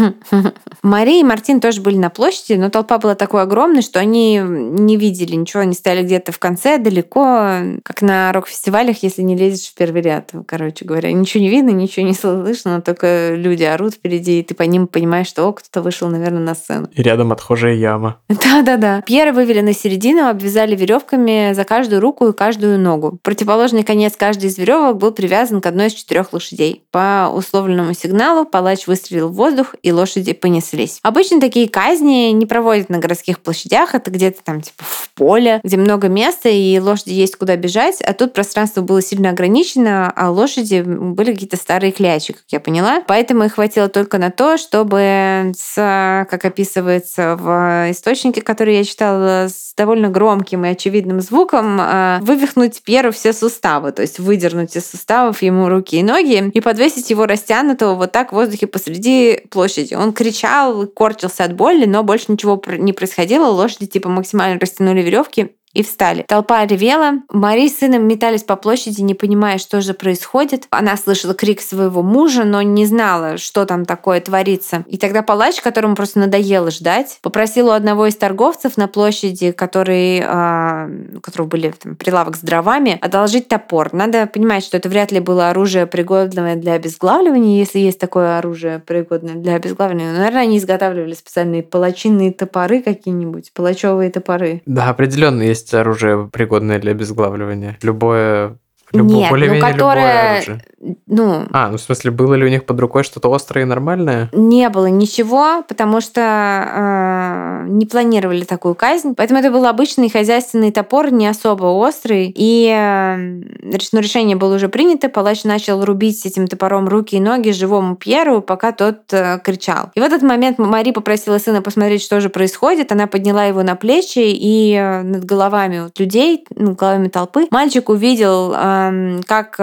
Мари и Мартин тоже были на площади, но толпа была такой огромной, что они не видели ничего. Они стояли где-то в конце, далеко, как на рок-фестивалях, если не лезешь в первый ряд. Короче говоря, ничего не видно, ничего не слышно, только люди орут впереди, и ты по ним понимаешь, что о, кто-то вышел, наверное, на сцену. И рядом отхожая яма. Да-да-да. Пьера вывели на середину, обвязали веревками за каждую руку и каждую ногу. Противоположный конец каждой из веревок был привязан к одной из четырех лошадей. По условленному сигналу палач выстрелил в воздух, и лошади понеслись. Обычно такие казни не проводят на городских площадях, это где-то там типа в поле, где много места, и лошади есть куда бежать, а тут пространство было сильно ограничено, а лошади были какие-то старые клячи, как я поняла. Поэтому их хватило только на то, чтобы, с, как описывается в источнике, который я читала, с довольно громким и очевидным звуком вывихнуть Пьеру все суставы, то есть выдернуть из суставов ему руки и ноги и подвесить его растянутого вот так в воздухе посреди площади. Он кричал, корчился от боли, но больше ничего не происходило. Лошади типа максимально растянули веревки и встали. Толпа ревела. Мари с сыном метались по площади, не понимая, что же происходит. Она слышала крик своего мужа, но не знала, что там такое творится. И тогда палач, которому просто надоело ждать, попросил у одного из торговцев на площади, который, э, у которого были там, прилавок с дровами, одолжить топор. Надо понимать, что это вряд ли было оружие, пригодное для обезглавливания, если есть такое оружие, пригодное для обезглавливания. Но, наверное, они изготавливали специальные палачинные топоры какие-нибудь, палачевые топоры. Да, определенно есть оружие, пригодное для обезглавливания. Любое... Любо, Нет, более-менее ну которое, любое оружие. ну... А, ну в смысле, было ли у них под рукой что-то острое и нормальное? Не было ничего, потому что э, не планировали такую казнь. Поэтому это был обычный хозяйственный топор, не особо острый. И э, ну, решение было уже принято. Палач начал рубить этим топором руки и ноги живому Пьеру, пока тот э, кричал. И в этот момент Мари попросила сына посмотреть, что же происходит. Она подняла его на плечи, и э, над головами вот, людей, над головами толпы, мальчик увидел... Э, как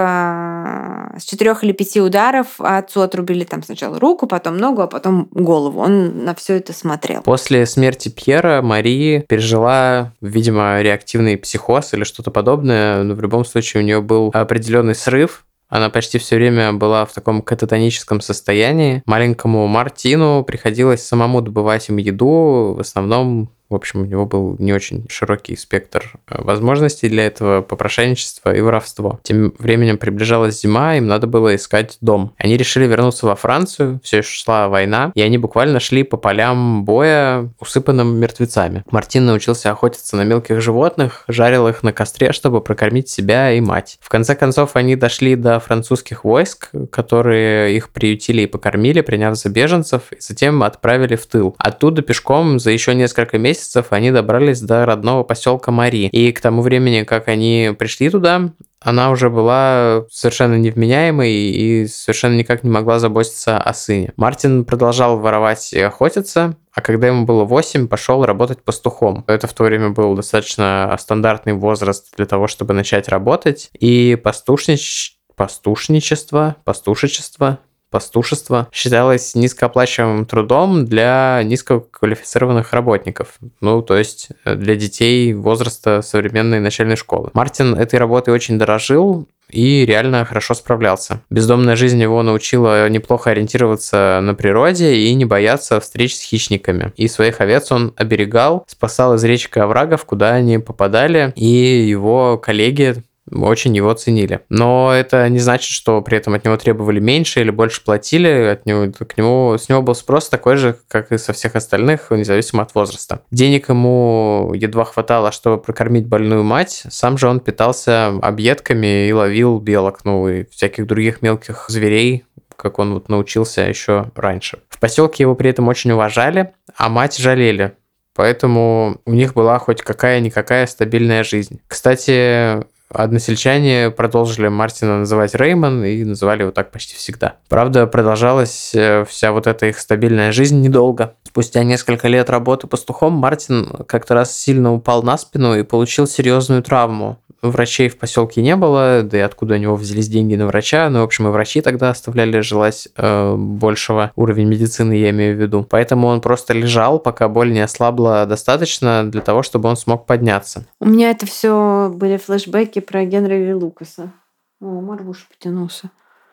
э, с четырех или пяти ударов отцу отрубили там сначала руку, потом ногу, а потом голову. Он на все это смотрел. После смерти Пьера Мари пережила, видимо, реактивный психоз или что-то подобное, но в любом случае у нее был определенный срыв. Она почти все время была в таком кататоническом состоянии. Маленькому Мартину приходилось самому добывать им еду, в основном. В общем, у него был не очень широкий спектр возможностей для этого, попрошайничества и воровство. Тем временем приближалась зима, им надо было искать дом. Они решили вернуться во Францию, все еще шла война, и они буквально шли по полям боя, усыпанным мертвецами. Мартин научился охотиться на мелких животных, жарил их на костре, чтобы прокормить себя и мать. В конце концов, они дошли до французских войск, которые их приютили и покормили, приняв за беженцев, и затем отправили в тыл. Оттуда пешком за еще несколько месяцев они добрались до родного поселка Мари. И к тому времени, как они пришли туда, она уже была совершенно невменяемой и совершенно никак не могла заботиться о сыне. Мартин продолжал воровать и охотиться, а когда ему было восемь, пошел работать пастухом. Это в то время был достаточно стандартный возраст для того, чтобы начать работать. И пастушнич... пастушничество, пастушечество... Пастушество считалось низкооплачиваемым трудом для низкоквалифицированных работников, ну, то есть для детей возраста современной начальной школы. Мартин этой работой очень дорожил и реально хорошо справлялся. Бездомная жизнь его научила неплохо ориентироваться на природе и не бояться встреч с хищниками. И своих овец он оберегал, спасал из речек и оврагов, куда они попадали, и его коллеги очень его ценили. Но это не значит, что при этом от него требовали меньше или больше платили. От него, к нему, с него был спрос такой же, как и со всех остальных, независимо от возраста. Денег ему едва хватало, чтобы прокормить больную мать. Сам же он питался объедками и ловил белок, ну и всяких других мелких зверей, как он вот научился еще раньше. В поселке его при этом очень уважали, а мать жалели. Поэтому у них была хоть какая-никакая стабильная жизнь. Кстати, односельчане продолжили Мартина называть Реймон и называли его так почти всегда. Правда, продолжалась вся вот эта их стабильная жизнь недолго. Спустя несколько лет работы пастухом Мартин как-то раз сильно упал на спину и получил серьезную травму. Врачей в поселке не было, да и откуда у него взялись деньги на врача. Ну, в общем, и врачи тогда оставляли желать э, большего уровня медицины, я имею в виду. Поэтому он просто лежал, пока боль не ослабла достаточно для того, чтобы он смог подняться. У меня это все были флешбеки про Генри Ли Лукаса. О, Марвуш потянулся.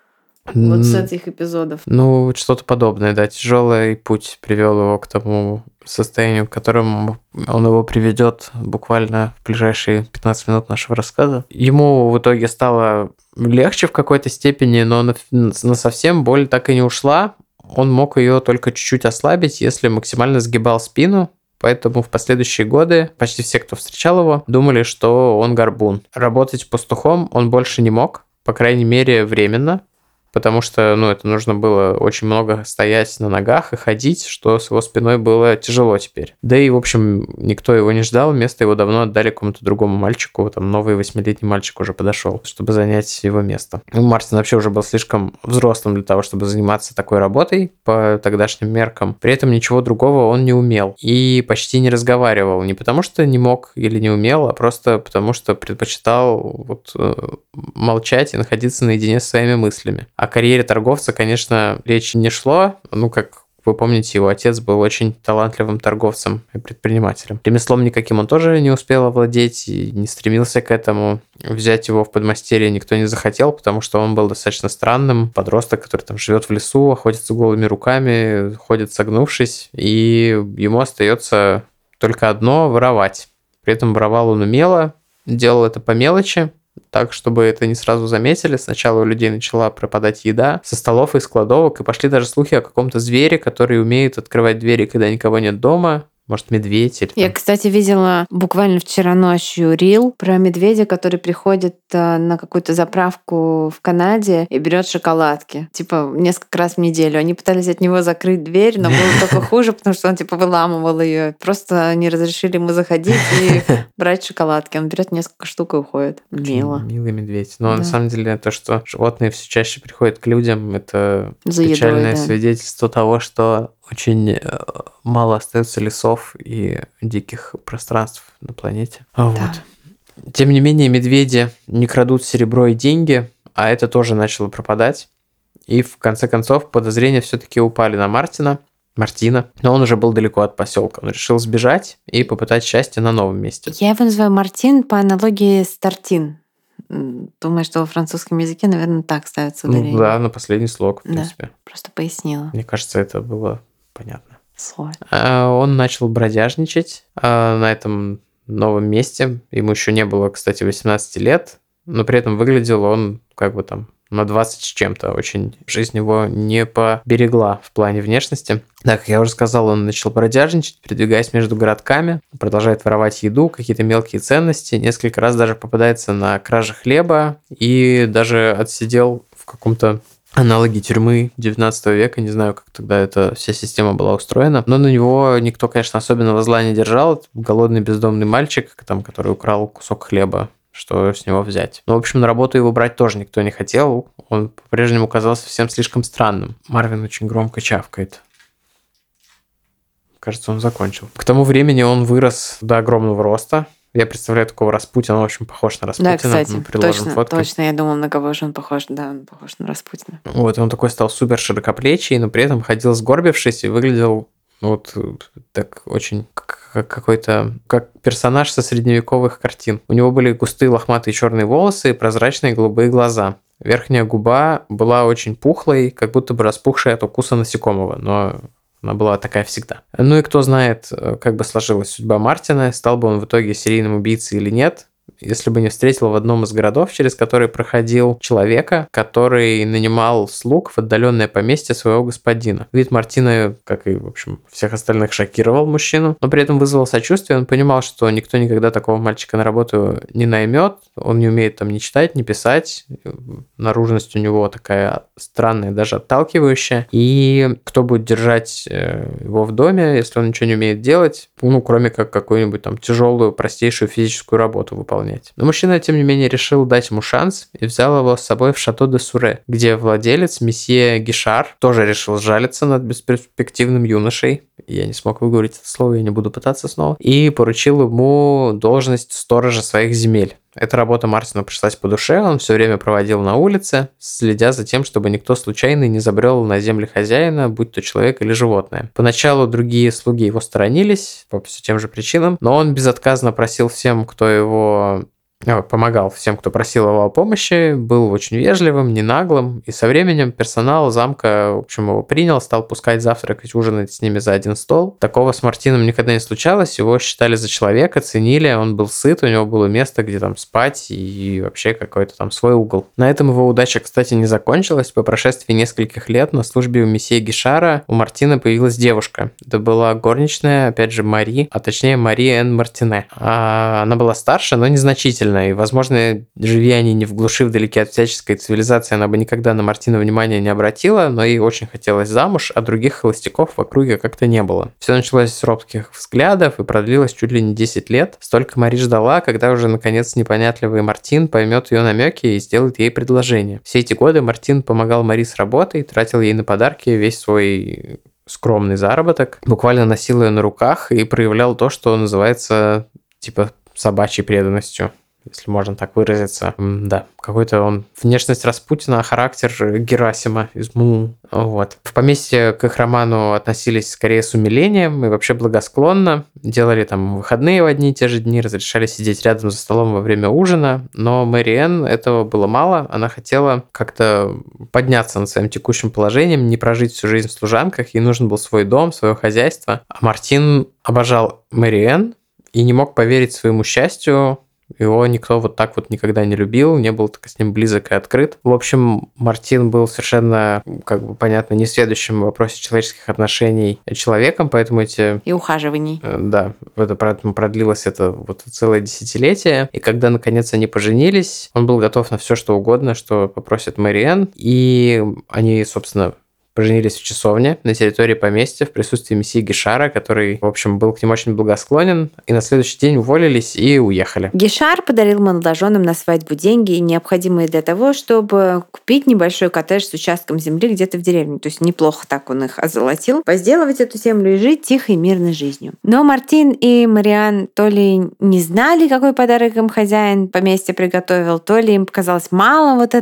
Вот с этих эпизодов. Ну, что-то подобное, да. Тяжелый путь привел его к тому состоянию, к которому он его приведет буквально в ближайшие пятнадцать минут нашего рассказа. Ему в итоге стало легче в какой-то степени, но на, на совсем боль так и не ушла. Он мог ее только чуть-чуть ослабить, если максимально сгибал спину. Поэтому в последующие годы почти все, кто встречал его, думали, что он горбун. Работать пастухом он больше не мог, по крайней мере, временно. Потому что, ну, это нужно было очень много стоять на ногах и ходить, что с его спиной было тяжело теперь. Да и, в общем, никто его не ждал, место его давно отдали какому-то другому мальчику, там новый восьмилетний мальчик уже подошел, чтобы занять его место. Ну, Мартин вообще уже был слишком взрослым для того, чтобы заниматься такой работой по тогдашним меркам. При этом ничего другого он не умел и почти не разговаривал. Не потому что не мог или не умел, а просто потому что предпочитал вот, молчать и находиться наедине со своими мыслями. О карьере торговца, конечно, речи не шло, ну, как вы помните, его отец был очень талантливым торговцем и предпринимателем. Ремеслом никаким он тоже не успел овладеть и не стремился к этому. Взять его в подмастерье никто не захотел, потому что он был достаточно странным. Подросток, который там живет в лесу, охотится голыми руками, ходит согнувшись, и ему остается только одно – воровать. При этом воровал он умело, делал это по мелочи, так, чтобы это не сразу заметили. Сначала у людей начала пропадать еда со столов и складовок, и пошли даже слухи о каком-то звере, который умеет открывать двери, когда никого нет дома. Может, медведь или... Там. Я, кстати, видела буквально вчера ночью рил про медведя, который приходит на какую-то заправку в Канаде и берет шоколадки. Типа, несколько раз в неделю. Они пытались от него закрыть дверь, но было только хуже, потому что он, типа, выламывал ее. Просто не разрешили ему заходить и брать шоколадки. Он берет несколько штук и уходит. Мило. Милый медведь. Но на самом деле то, что животные все чаще приходят к людям, это печальное свидетельство того, что очень мало остается лесов и диких пространств на планете. Вот. Да. Тем не менее, медведи не крадут серебро и деньги, а это тоже начало пропадать. И в конце концов подозрения все-таки упали на Мартина, Мартина, но он уже был далеко от поселка. Он решил сбежать и попытать счастье на новом месте. Я его называю Мартин по аналогии с Тартин. Думаю, что во французском языке, наверное, так ставится ударение. Ну, да, на последний слог, в да, принципе. Просто пояснила. Мне кажется, это было понятно. Слово. Он начал бродяжничать на этом новом месте. Ему еще не было, кстати, восемнадцати лет, но при этом выглядел он как бы там на двадцать с чем-то. Очень жизнь его не поберегла в плане внешности. Да, как я уже сказал, он начал бродяжничать, передвигаясь между городками, продолжает воровать еду, какие-то мелкие ценности, несколько раз даже попадается на краже хлеба и даже отсидел в каком-то аналоги тюрьмы девятнадцатого века, не знаю, как тогда эта вся система была устроена, но на него никто, конечно, особенного зла не держал. Это голодный бездомный мальчик, там, который украл кусок хлеба, что с него взять. Но, в общем, на работу его брать тоже никто не хотел, он по-прежнему казался всем слишком странным. Марвин очень громко чавкает. Кажется, он закончил. К тому времени он вырос до огромного роста. Я представляю такого Распутина, он очень похож на Распутина. Да, кстати, Мы приложим точно, фотки. точно, я думала, на кого же он похож. Да, он похож на Распутина. Вот, и он такой стал супер широкоплечий, но при этом ходил сгорбившись и выглядел вот так очень как какой-то, как персонаж со средневековых картин. У него были густые лохматые черные волосы и прозрачные голубые глаза. Верхняя губа была очень пухлой, как будто бы распухшая от укуса насекомого, но она была такая всегда. Ну и кто знает, как бы сложилась судьба Мартина, стал бы он в итоге серийным убийцей или нет, если бы не встретил в одном из городов, через который проходил человека, который нанимал слуг в отдаленное поместье своего господина. Вид Мартина, как и, в общем, всех остальных, шокировал мужчину, но при этом вызвал сочувствие. Он понимал, что никто никогда такого мальчика на работу не наймет, он не умеет там ни читать, ни писать, наружность у него такая странная, даже отталкивающая, и кто будет держать его в доме, если он ничего не умеет делать, ну, кроме как какую-нибудь там тяжелую, простейшую физическую работу выполнять. Но мужчина, тем не менее, решил дать ему шанс и взял его с собой в Шато де Суре, где владелец, месье Гишар, тоже решил сжалиться над бесперспективным юношей. Я не смог выговорить это слово, я не буду пытаться снова. И поручил ему должность сторожа своих земель. Эта работа Мартину пришлась по душе, он все время проводил на улице, следя за тем, чтобы никто случайно не забрел на земли хозяина, будь то человек или животное. Поначалу другие слуги его сторонились по все тем же причинам, но он безотказно просил всем, кто его... помогал всем, кто просил его о помощи, был очень вежливым, не наглым, и со временем персонал замка, в общем, его принял, стал пускать завтракать, ужинать с ними за один стол. Такого с Мартином никогда не случалось, его считали за человека, ценили, он был сыт, у него было место, где там спать и вообще какой-то там свой угол. На этом его удача, кстати, не закончилась. По прошествии нескольких лет на службе у месье Гишара у Мартина появилась девушка. Это была горничная, опять же, Мари, а точнее Мари Энн Мартине. А она была старше, но незначительно. И, возможно, живи они не в глуши, вдалеке от всяческой цивилизации, она бы никогда на Мартина внимания не обратила, но ей очень хотелось замуж, а других холостяков в округе как-то не было. Все началось с робких взглядов и продлилось чуть ли не десять лет. Столько Мари ждала, когда уже, наконец, непонятливый Мартин поймет ее намеки и сделает ей предложение. Все эти годы Мартин помогал Мари с работой, тратил ей на подарки весь свой скромный заработок, буквально носил ее на руках и проявлял то, что называется, типа, собачьей преданностью. если можно так выразиться. Да, какой-то он внешность Распутина, а характер Герасима из Му. Вот. В поместье к их роману относились скорее с умилением и вообще благосклонно. Делали там выходные в одни и те же дни, разрешали сидеть рядом за столом во время ужина. Но Мэриэн этого было мало. Она хотела как-то подняться над своим текущим положением, не прожить всю жизнь в служанках. Ей нужен был свой дом, свое хозяйство. А Мартин обожал Мэриэн и не мог поверить своему счастью. Его никто вот так вот никогда не любил, не был так с ним близок и открыт. В общем, Мартин был совершенно, как бы понятно, несведущим в вопросе человеческих отношений человеком, поэтому эти... И ухаживаний. Да, это продлилось это вот целое десятилетие. И когда, наконец, они поженились, он был готов на все, что угодно, что попросит Мэриэн. И они, собственно, поженились в часовне на территории поместья в присутствии месье Гишара, который, в общем, был к ним очень благосклонен, и на следующий день уволились и уехали. Гишар подарил молодоженам на свадьбу деньги, необходимые для того, чтобы купить небольшой коттедж с участком земли где-то в деревне. То есть неплохо так он их озолотил. Возделывать эту землю и жить тихой и мирной жизнью. Но Мартин и Мэриэн то ли не знали, какой подарок им хозяин поместья приготовил, то ли им показалось мало вот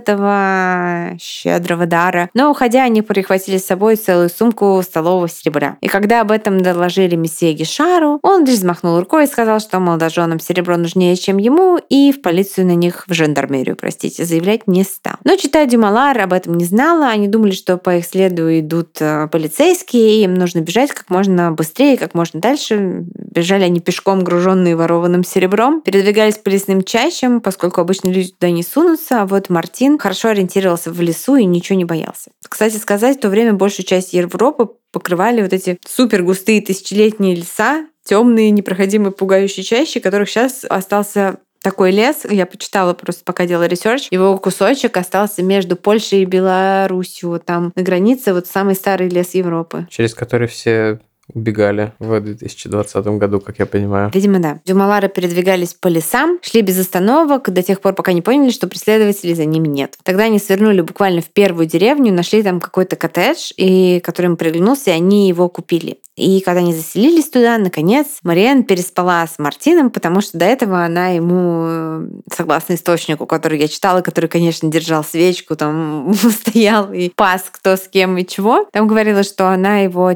этого щедрого дара. Но, уходя, они прихватили с собой целую сумку столового серебра. И когда об этом доложили месье Гишару, он лишь взмахнул рукой и сказал, что молодоженам серебро нужнее, чем ему, и в полицию на них, в жандармерию, простите, заявлять не стал. Но, читая Дюмалар, об этом не знала. Они думали, что по их следу идут полицейские, и им нужно бежать как можно быстрее, как можно дальше. Бежали они пешком, груженные ворованным серебром. Передвигались по лесным чащам, поскольку обычно люди туда не сунутся. А вот Мартин хорошо ориентировался в лесу и ничего не боялся. Кстати сказать, в то время большую часть Европы покрывали вот эти супер густые тысячелетние леса, темные, непроходимые, пугающие чащи, которых сейчас остался такой лес. Я почитала просто, пока делала ресерч. Его кусочек остался между Польшей и Беларусью. Вот там на границе вот самый старый лес Европы. Через который все убегали в две тысячи двадцатом году, как я понимаю. Видимо, да. Дюмалары передвигались по лесам, шли без остановок до тех пор, пока не поняли, что преследователей за ними нет. Тогда они свернули буквально в первую деревню, нашли там какой-то коттедж, и который им приглянулся, и они его купили. И когда они заселились туда, наконец, Мэриэн переспала с Мартином, потому что до этого она ему, согласно источнику, который я читала, который, конечно, держал свечку, там стоял и пас, кто с кем и чего, там говорила, что она его,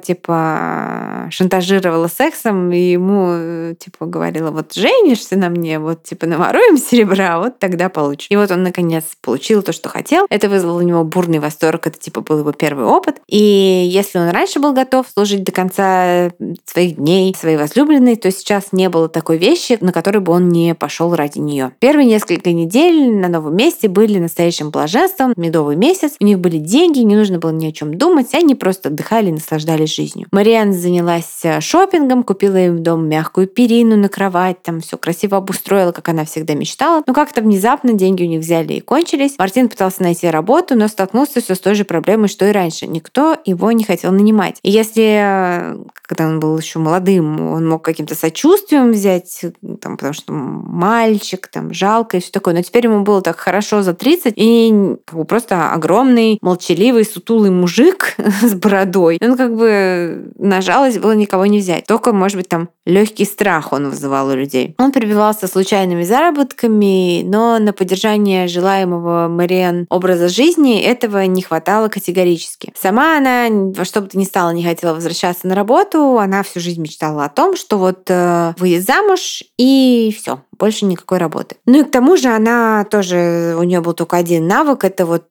типа, шантажировала сексом, и ему, типа, говорила, вот женишься на мне, вот, типа, наворуем серебра, вот тогда получишь. И вот он, наконец, получил то, что хотел. Это вызвало у него бурный восторг, это, типа, был его первый опыт. И если он раньше был готов служить до конца своих дней своей возлюбленной, то сейчас не было такой вещи, на которую бы он не пошел ради нее. Первые несколько недель на новом месте были настоящим блаженством, медовый месяц, у них были деньги, не нужно было ни о чем думать, они просто отдыхали и наслаждались жизнью. Мэриэн занялась шопингом, купила им в дом мягкую перину на кровать, там все красиво обустроила, как она всегда мечтала, но как-то внезапно деньги у них взяли и кончились. Мартин пытался найти работу, но столкнулся все с той же проблемой, что и раньше. Никто его не хотел нанимать. И если когда он был еще молодым, он мог каким-то сочувствием взять, там, потому что мальчик, там, жалко и все такое. Но теперь ему было так хорошо за тридцать, и как бы просто огромный, молчаливый, сутулый мужик с бородой. Он как бы на жалость было никого не взять. Только, может быть, там легкий страх он вызывал у людей. Он прибивался случайными заработками, но на поддержание желаемого Мэриэн образа жизни этого не хватало категорически. Сама она во что бы то ни стало не хотела возвращаться на работу, она всю жизнь мечтала о том, что вот э, выйдет замуж и все, больше никакой работы. Ну и к тому же она тоже, у нее был только один навык, это вот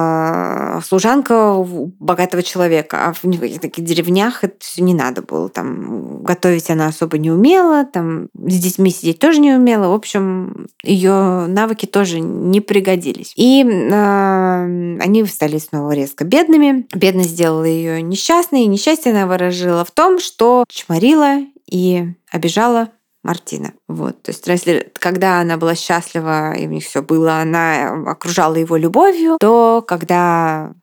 э, служанка богатого человека, а в таких деревнях это все не надо было. Там готовить она особо не умела, там с детьми сидеть тоже не умела. В общем, ее навыки тоже не пригодились. И э, они стали снова резко бедными. Бедность сделала ее несчастной, и несчастье она выражила в том, что чморила и обижала Мартина. Вот. То есть, если когда она была счастлива, и у них все было, она окружала его любовью, то когда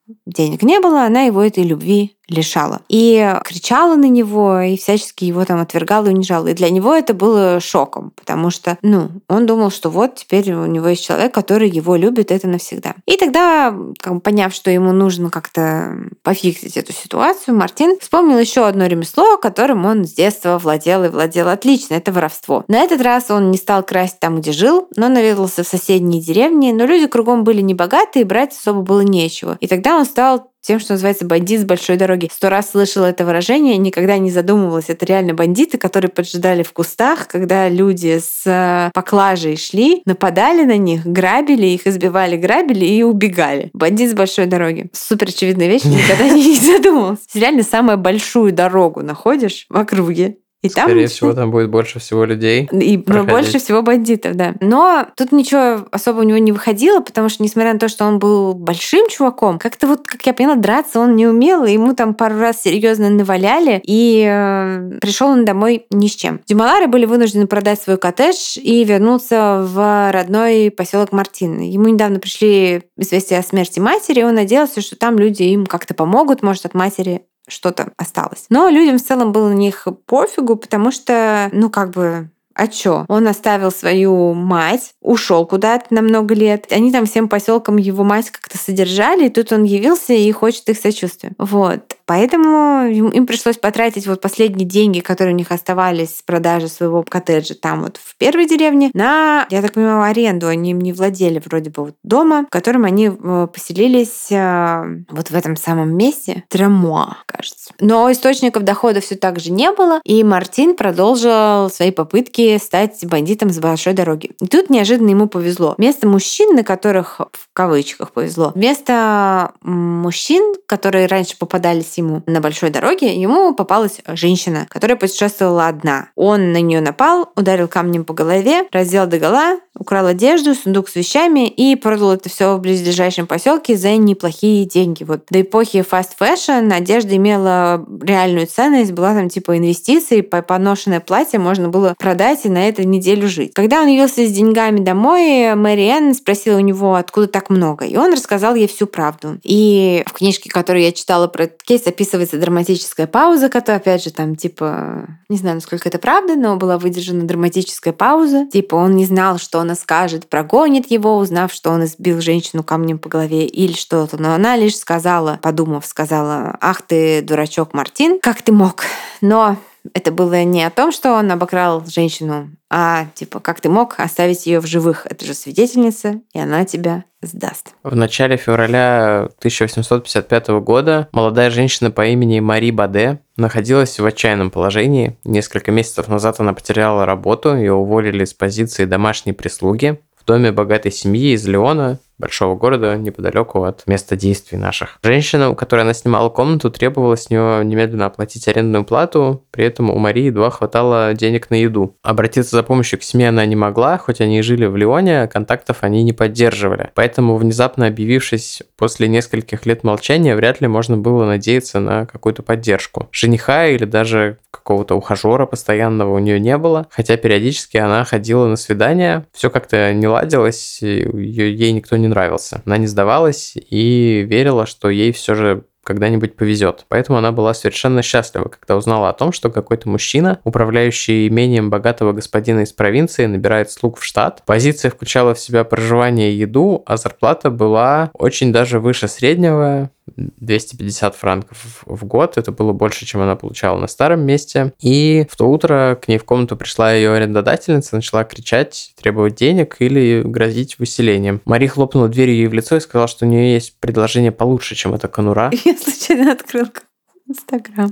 денег не было, она его этой любви лишала. И кричала на него, и всячески его там отвергала и унижала. И для него это было шоком, потому что, ну, он думал, что вот теперь у него есть человек, который его любит, это навсегда. И тогда, как бы поняв, что ему нужно как-то пофиксить эту ситуацию, Мартин вспомнил еще одно ремесло, которым он с детства владел и владел отлично. Это воровство. На этот раз он не стал красть там, где жил, но наведался в соседние деревни, но люди кругом были небогатые, и брать особо было нечего. И тогда он стал тем, что называется бандит с большой дороги. Сто раз слышала это выражение, никогда не задумывалась. Это реально бандиты, которые поджидали в кустах, когда люди с поклажей шли, нападали на них, грабили их, избивали, грабили и убегали. Бандит с большой дороги. Супер очевидная вещь, никогда не задумывалась. Реально самую большую дорогу находишь в округе. И Скорее там... всего, там будет больше всего людей. И больше всего бандитов, да. Но тут ничего особо у него не выходило, потому что, несмотря на то, что он был большим чуваком, как-то вот, как я поняла, драться он не умел, и ему там пару раз серьезно наваляли, и э, пришел он домой ни с чем. Дюмалары были вынуждены продать свой коттедж и вернуться в родной поселок Мартин. Ему недавно пришли известия о смерти матери, и он надеялся, что там люди им как-то помогут, может, от матери что-то осталось. Но людям в целом было на них пофигу, потому что, ну, как бы, а чё? Он оставил свою мать, ушел куда-то на много лет. Они там всем поселкам его мать как-то содержали, и тут он явился и хочет их сочувствия. Вот. Поэтому им пришлось потратить вот последние деньги, которые у них оставались с продажи своего коттеджа там вот в первой деревне, на, я так понимаю, аренду. Они им не владели вроде бы вот дома, в котором они поселились вот в этом самом месте. Трамуа, кажется. Но источников дохода все так же не было, и Мартин продолжил свои попытки стать бандитом с большой дороги. И тут неожиданно ему повезло. Вместо мужчин, на которых в кавычках повезло, вместо мужчин, которые раньше попадались ему на большой дороге, ему попалась женщина, которая путешествовала одна. Он на нее напал, ударил камнем по голове, раздел догола, украл одежду, сундук с вещами и продал это все в близлежащем поселке за неплохие деньги. Вот до эпохи fast fashion одежда имела реальную ценность, была там типа инвестиции, поношенное платье можно было продать и на этой неделю жить. Когда он явился с деньгами домой, Мэри Энн спросила у него, откуда так много, и он рассказал ей всю правду. И в книжке, которую я читала про этот кейс, описывается драматическая пауза, которая, опять же, там, типа, не знаю, насколько это правда, но была выдержана драматическая пауза. Типа, он не знал, что она скажет, прогонит его, узнав, что он избил женщину камнем по голове или что-то. Но она лишь сказала, подумав, сказала: «Ах ты, дурачок Мартин, как ты мог?» Но это было не о том, что он обокрал женщину, а типа, как ты мог оставить ее в живых? Это же свидетельница, и она тебя сдаст. В начале февраля тысяча восемьсот пятьдесят пятого года молодая женщина по имени Мари Баде находилась в отчаянном положении. Несколько месяцев назад она потеряла работу, ее уволили с позиции домашней прислуги в доме богатой семьи из Леона, большого города, неподалеку от места действий наших. Женщина, у которой она снимала комнату, требовала с нее немедленно оплатить арендную плату, при этом у Марии едва хватало денег на еду. Обратиться за помощью к семье она не могла, хоть они и жили в Леоне, контактов они не поддерживали. Поэтому, внезапно объявившись после нескольких лет молчания, вряд ли можно было надеяться на какую-то поддержку. Жениха или даже какого-то ухажера постоянного у нее не было, хотя периодически она ходила на свидания, все как-то не ладилось, ее, ей никто не нравился. Она не сдавалась и верила, что ей все же когда-нибудь повезет. Поэтому она была совершенно счастлива, когда узнала о том, что какой-то мужчина, управляющий имением богатого господина из провинции, набирает слуг в штат. Позиция включала в себя проживание и еду, а зарплата была очень даже выше среднего, двести пятьдесят франков в год. Это было больше, чем она получала на старом месте. И в то утро к ней в комнату пришла ее арендодательница, начала кричать, требовать денег или грозить выселением. Мари хлопнула дверью ей в лицо и сказала, что у нее есть предложение получше, чем эта конура. Я случайно открыла Инстаграм.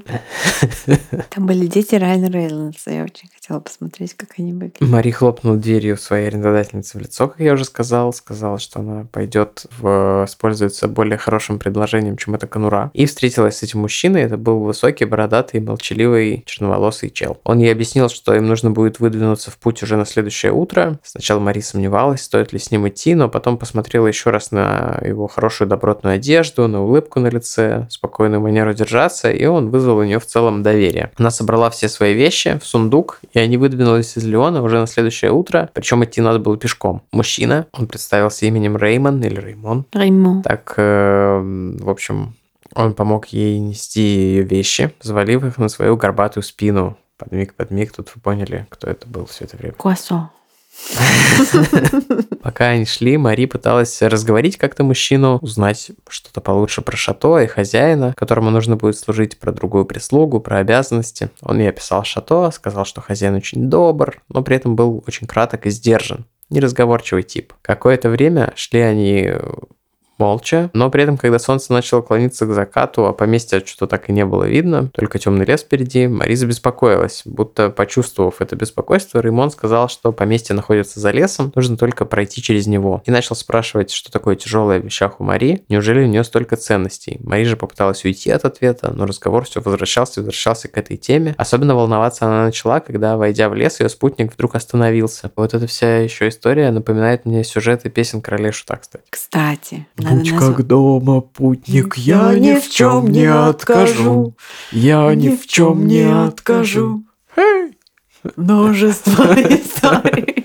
Там были дети Райана Рейнольдса. Я очень хотела посмотреть, как они выглядят. Мари хлопнула дверью своей арендодательнице в лицо, как я уже сказал. Сказала, что она пойдет воспользоваться более хорошим предложением, чем эта конура. И встретилась с этим мужчиной. Это был высокий, бородатый, молчаливый, черноволосый чел. Он ей объяснил, что им нужно будет выдвинуться в путь уже на следующее утро. Сначала Мари сомневалась, стоит ли с ним идти, но потом посмотрела еще раз на его хорошую добротную одежду, на улыбку на лице, спокойную манеру держаться, и он вызвал у нее в целом доверие. Она собрала все свои вещи в сундук И они выдвинулись из Леона уже на следующее утро, причем идти надо было пешком. Мужчина, он представился именем Реймон или Реймон. Реймон. Так, э, в общем, он помог ей нести ее вещи, взвалив их на свою горбатую спину. Подмиг, подмиг, тут вы поняли, кто это был все это время. Куасо. Пока они шли, Мари пыталась разговорить как-то мужчину, узнать что-то получше про шато и хозяина, которому нужно будет служить, про другую прислугу, про обязанности. Он ей описал шато, сказал, что хозяин очень добр, но при этом был очень краток и сдержан. Неразговорчивый тип. Какое-то время шли они молча, но при этом, когда солнце начало клониться к закату, а поместья что-то так и не было видно, только темный лес впереди, Мари забеспокоилась. Будто почувствовав это беспокойство, Реймон сказал, что поместье находится за лесом, нужно только пройти через него. И начал спрашивать, что такое тяжелое в вещах у Мари, неужели у нее столько ценностей. Мари же попыталась уйти от ответа, но разговор все возвращался и возвращался к этой теме. Особенно волноваться она начала, когда, войдя в лес, ее спутник вдруг остановился. Вот эта вся еще история напоминает мне сюжеты песен Королей Шута, кстати. Кстати, Будь как дома, путник, я ни в чем не откажу, я ни в чем не откажу. Множество историй.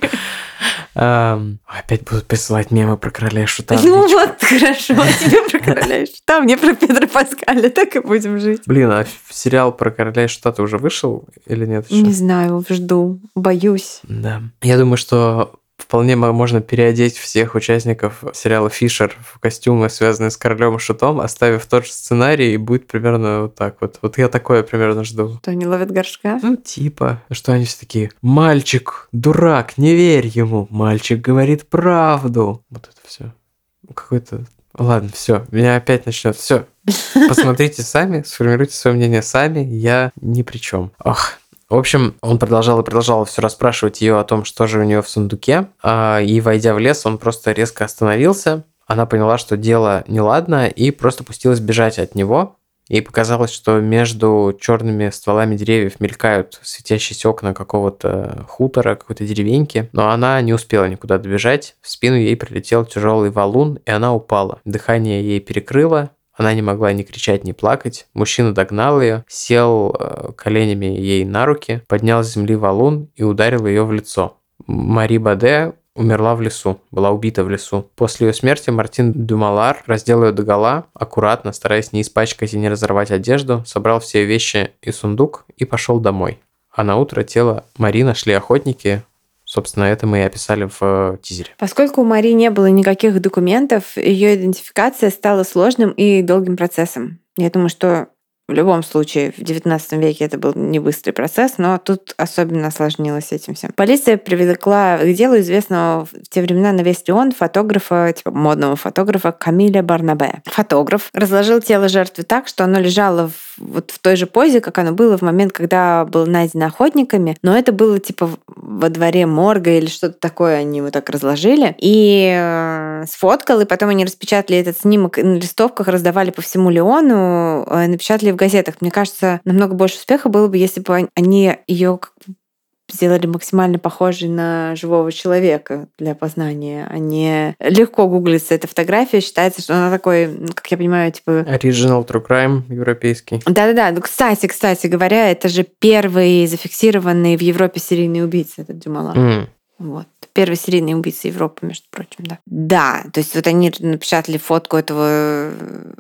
Опять будут присылать мемы про Короля Шута. Ну вот, хорошо, тебе про Короля Шута, мне про Педро Паскаля, так и будем жить. Блин, а сериал про Короля Шута уже вышел или нет еще? Не знаю, жду, боюсь. Да. Я думаю, что вполне можно переодеть всех участников сериала «Фишер» в костюмы, связанные с Королем Шутом, оставив тот же сценарий, и будет примерно вот так вот. Вот я такое примерно жду. Что, они ловят горшка? Ну, типа. Что они все такие? Мальчик, дурак, не верь ему. Мальчик говорит правду. Вот это все. Какой-то... Ладно, все, меня опять начнет. Все. Посмотрите сами, сформируйте свое мнение сами. Я ни при чем. Ох. В общем, он продолжал и продолжал все расспрашивать ее о том, что же у нее в сундуке. И, войдя в лес, он просто резко остановился. Она поняла, что дело неладно, и просто пустилась бежать от него. Ей показалось, что между черными стволами деревьев мелькают светящиеся окна какого-то хутора, какой-то деревеньки. Но она не успела никуда добежать. В спину ей прилетел тяжелый валун, и она упала. Дыхание ей перекрыло. Она не могла ни кричать, ни плакать. Мужчина догнал ее, сел коленями ей на руки, поднял с земли валун и ударил ее в лицо. Мари Баде умерла в лесу, была убита в лесу. После ее смерти Мартин Дюмалар раздел ее догола, аккуратно, стараясь не испачкать и не разорвать одежду, собрал все вещи и сундук и пошел домой. А на утро тело Мари нашли охотники. Собственно, это мы и описали в тизере. Поскольку у Мари не было никаких документов, ее идентификация стала сложным и долгим процессом. Я думаю, что в любом случае в девятнадцатом веке это был не быстрый процесс, но тут особенно осложнилось этим всем. Полиция привлекла к делу известного в те времена на весь Леон фотографа, типа модного фотографа Камиля Барнабе. Фотограф разложил тело жертвы так, что оно лежало в, вот в той же позе, как оно было в момент, когда было найдено охотниками, но это было типа во дворе морга или что-то такое, они его так разложили. И э, сфоткал, и потом они распечатали этот снимок на листовках, раздавали по всему Леону, э, напечатали в газетах. Мне кажется, намного больше успеха было бы, если бы они ее сделали максимально похожей на живого человека для опознания. Они легко гуглится эта фотография, считается, что она такой, как я понимаю, типа... Original True Crime европейский. Да-да-да. Ну, кстати, кстати говоря, это же первый зафиксированный в Европе серийный убийца, этот Дюмалар. Mm. Вот. Первый серийный убийца Европы, между прочим, да. Да, то есть вот они напечатали фотку этого...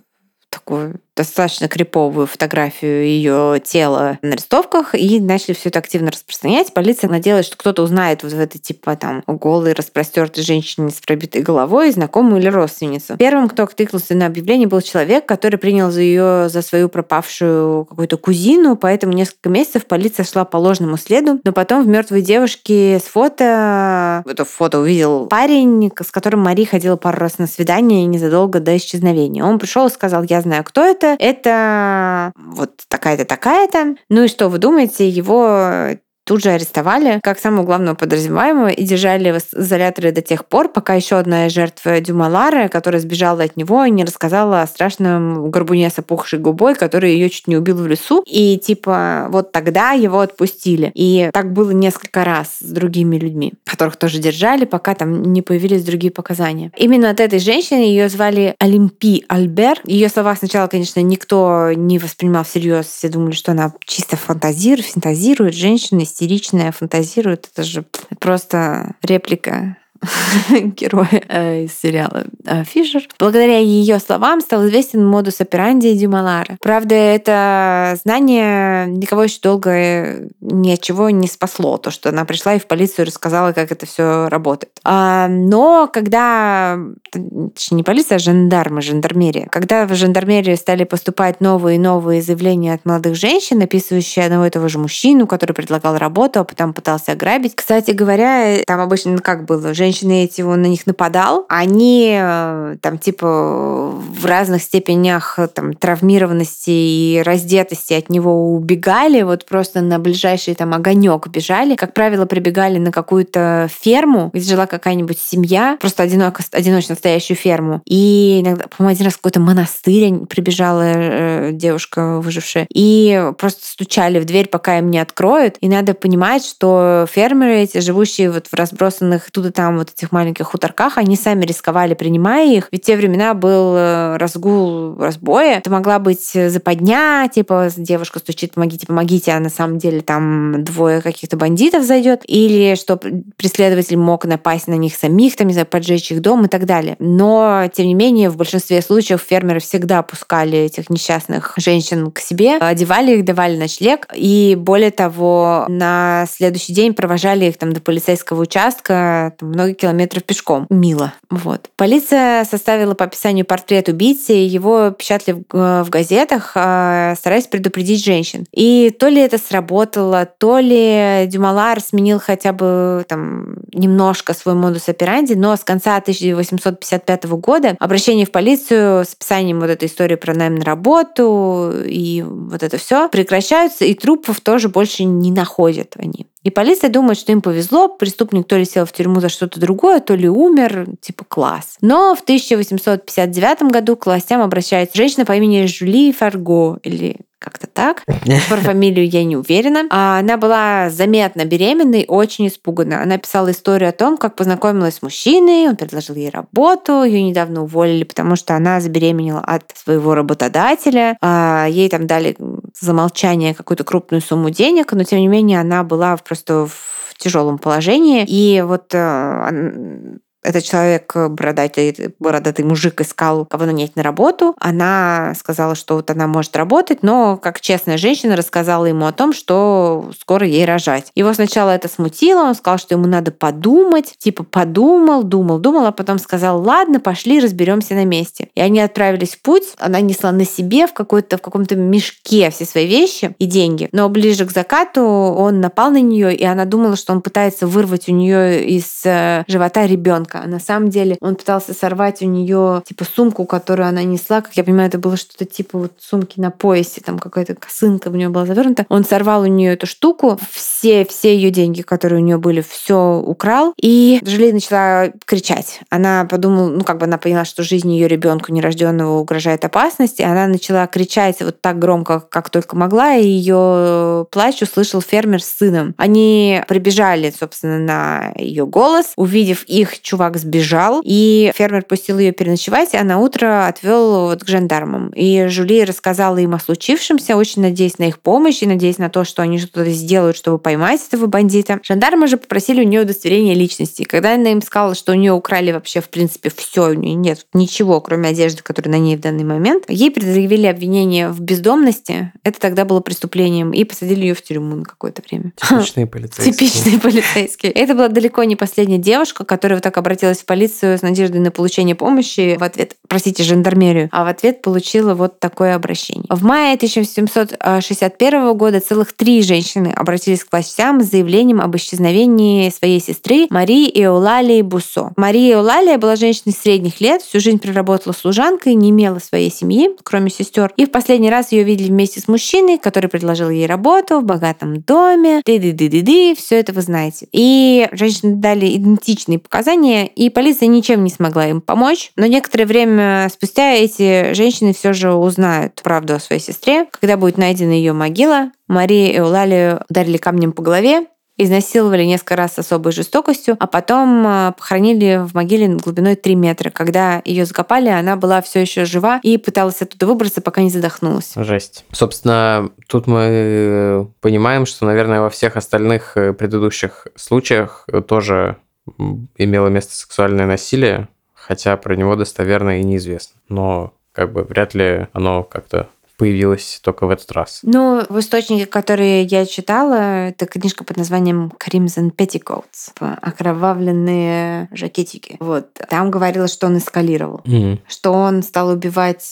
такую достаточно криповую фотографию ее тела на листовках и начали все это активно распространять. Полиция надеялась, что кто-то узнает вот в этой типа там голой, распростертой женщине с пробитой головой, знакомую или родственницу. Первым, кто откликнулся на объявление, был человек, который принял за ее за свою пропавшую какую-то кузину, поэтому несколько месяцев полиция шла по ложному следу, но потом в мертвой девушке с фото, это фото увидел парень, с которым Мари ходила пару раз на свидание незадолго до исчезновения. Он пришел и сказал: я знаю, кто это, это вот такая-то, такая-то. Ну и что вы думаете, его тут же арестовали как самого главного подозреваемого и держали в изоляторе до тех пор, пока еще одна жертва Дюмалара, которая сбежала от него, не рассказала о страшном горбуне с опухшей губой, который ее чуть не убил в лесу. И типа вот тогда его отпустили. И так было несколько раз с другими людьми, которых тоже держали, пока там не появились другие показания. Именно от этой женщины, ее звали Олимпи Альбер. Ее слова сначала, конечно, никто не воспринимал всерьез. Все думали, что она чисто фантазирует, фантазирует, женщина истеричная, фантазирует. Это же просто реплика героя э, из сериала э, Фишер. Благодаря ее словам стал известен модус операнди Дюмалара. Правда, это знание никого еще долго ни от чего не спасло. То, что она пришла и в полицию рассказала, как это все работает. А, но когда... Точнее, не полиция, а жандармы, жандармерия. Когда в жандармерию стали поступать новые и новые заявления от молодых женщин, описывающие одного и того же мужчину, который предлагал работу, а потом пытался ограбить. Кстати говоря, там обычно как было? Женщины эти, он на них нападал, они там типа в разных степенях там, травмированности и раздетости от него убегали, вот просто на ближайший там огонек бежали. Как правило, прибегали на какую-то ферму, где жила какая-нибудь семья, просто одиноко, одиночно стоящую ферму. И иногда, по-моему, один раз в какой-то монастырь прибежала э, девушка выжившая, и просто стучали в дверь, пока им не откроют. И надо понимать, что фермеры эти, живущие вот в разбросанных тут и там вот этих маленьких хуторках, они сами рисковали, принимая их. Ведь в те времена был разгул разбоя. Это могла быть западня, типа девушка стучит, помогите, помогите, а на самом деле там двое каких-то бандитов зайдет. Или что преследователь мог напасть на них самих, там, не знаю, поджечь их дом и так далее. Но, тем не менее, в большинстве случаев фермеры всегда пускали этих несчастных женщин к себе, одевали их, давали ночлег, и более того, на следующий день провожали их там до полицейского участка, там, много километров пешком. Мило. Вот. Полиция составила по описанию портрет убийцы, его печатали в газетах, стараясь предупредить женщин. И то ли это сработало, то ли Дюмалар сменил хотя бы там немножко свой модус операнди, но с конца тысяча восемьсот пятьдесят пятого года обращение в полицию с описанием вот этой истории про найм на работу и вот это все прекращаются, и трупов тоже больше не находят они. И полиция думает, что им повезло, преступник то ли сел в тюрьму за что-то другое, то ли умер, типа класс. Но в тысяча восемьсот пятьдесят девятом году к властям обращается женщина по имени Жюли Фарго, или как-то так. Про фамилию я не уверена. Она была заметно беременной, очень испугана. Она писала историю о том, как познакомилась с мужчиной, он предложил ей работу, ее недавно уволили, потому что она забеременела от своего работодателя. Ей там дали за молчание какую-то крупную сумму денег, но тем не менее она была просто в тяжелом положении. И вот этот человек, бородатый, бородатый мужик, искал, кого нанять на работу. Она сказала, что вот она может работать, но как честная женщина рассказала ему о том, что скоро ей рожать. Его сначала это смутило, он сказал, что ему надо подумать. Типа подумал, думал, думал, а потом сказал, ладно, пошли, разберемся на месте. И они отправились в путь. Она несла на себе в, какой-то, в каком-то мешке все свои вещи и деньги. Но ближе к закату он напал на нее, и она думала, что он пытается вырвать у нее из живота ребенка. А на самом деле он пытался сорвать у нее типа сумку, которую она несла. Как я понимаю, это было что-то типа вот сумки на поясе, там какая-то косынка в нее была завернута. Он сорвал у нее эту штуку, все, все ее деньги, которые у нее были, все украл. И Жюли начала кричать. Она подумала, ну как бы она поняла, что жизни ее ребенку нерожденного угрожает опасность, и она начала кричать вот так громко, как только могла, и ее плач услышал фермер с сыном. Они прибежали, собственно, на ее голос. Увидев их, чувак сбежал, и фермер пустил ее переночевать, а на утро отвел вот к жандармам. И Жюли рассказала им о случившемся, очень надеясь на их помощь и надеясь на то, что они что-то сделают, чтобы поймать этого бандита. Жандармы же попросили у нее удостоверение личности. Когда она им сказала, что у нее украли вообще в принципе все, у нее нет ничего, кроме одежды, которая на ней в данный момент, ей предъявили обвинение в бездомности. Это тогда было преступлением, и посадили ее в тюрьму на какое-то время. Типичные полицейские. Типичные полицейские. Это была далеко не последняя девушка, которая вот так обратилась в полицию с надеждой на получение помощи в ответ, простите, жандармерию, а в ответ получила вот такое обращение. В мае тысяча семьсот шестьдесят первого года целых три женщины обратились к властям с заявлением об исчезновении своей сестры Марии Эулалии Буссо. Мария Эулалия была женщиной средних лет, всю жизнь проработала служанкой, не имела своей семьи, кроме сестер. И в последний раз ее видели вместе с мужчиной, который предложил ей работу в богатом доме. Ды-ды-ды-ды-ды, все это вы знаете. И женщины дали идентичные показания, и полиция ничем не смогла им помочь. Но некоторое время спустя эти женщины все же узнают правду о своей сестре. Когда будет найдена ее могила, Марии Эулалию ударили камнем по голове изнасиловали несколько раз с особой жестокостью, а потом похоронили в могиле глубиной три метра. Когда ее закопали, она была все еще жива и пыталась оттуда выбраться, пока не задохнулась. Жесть. Собственно, тут мы понимаем, что, наверное, во всех остальных предыдущих случаях тоже имело место сексуальное насилие, хотя про него достоверно и неизвестно. Но как бы вряд ли оно как-то появилась только в этот раз. Ну, в источнике, которые я читала, это книжка под названием Crimson Petticoats, окровавленные жакетики. Вот. Там говорилось, что он эскалировал, mm-hmm. что он стал убивать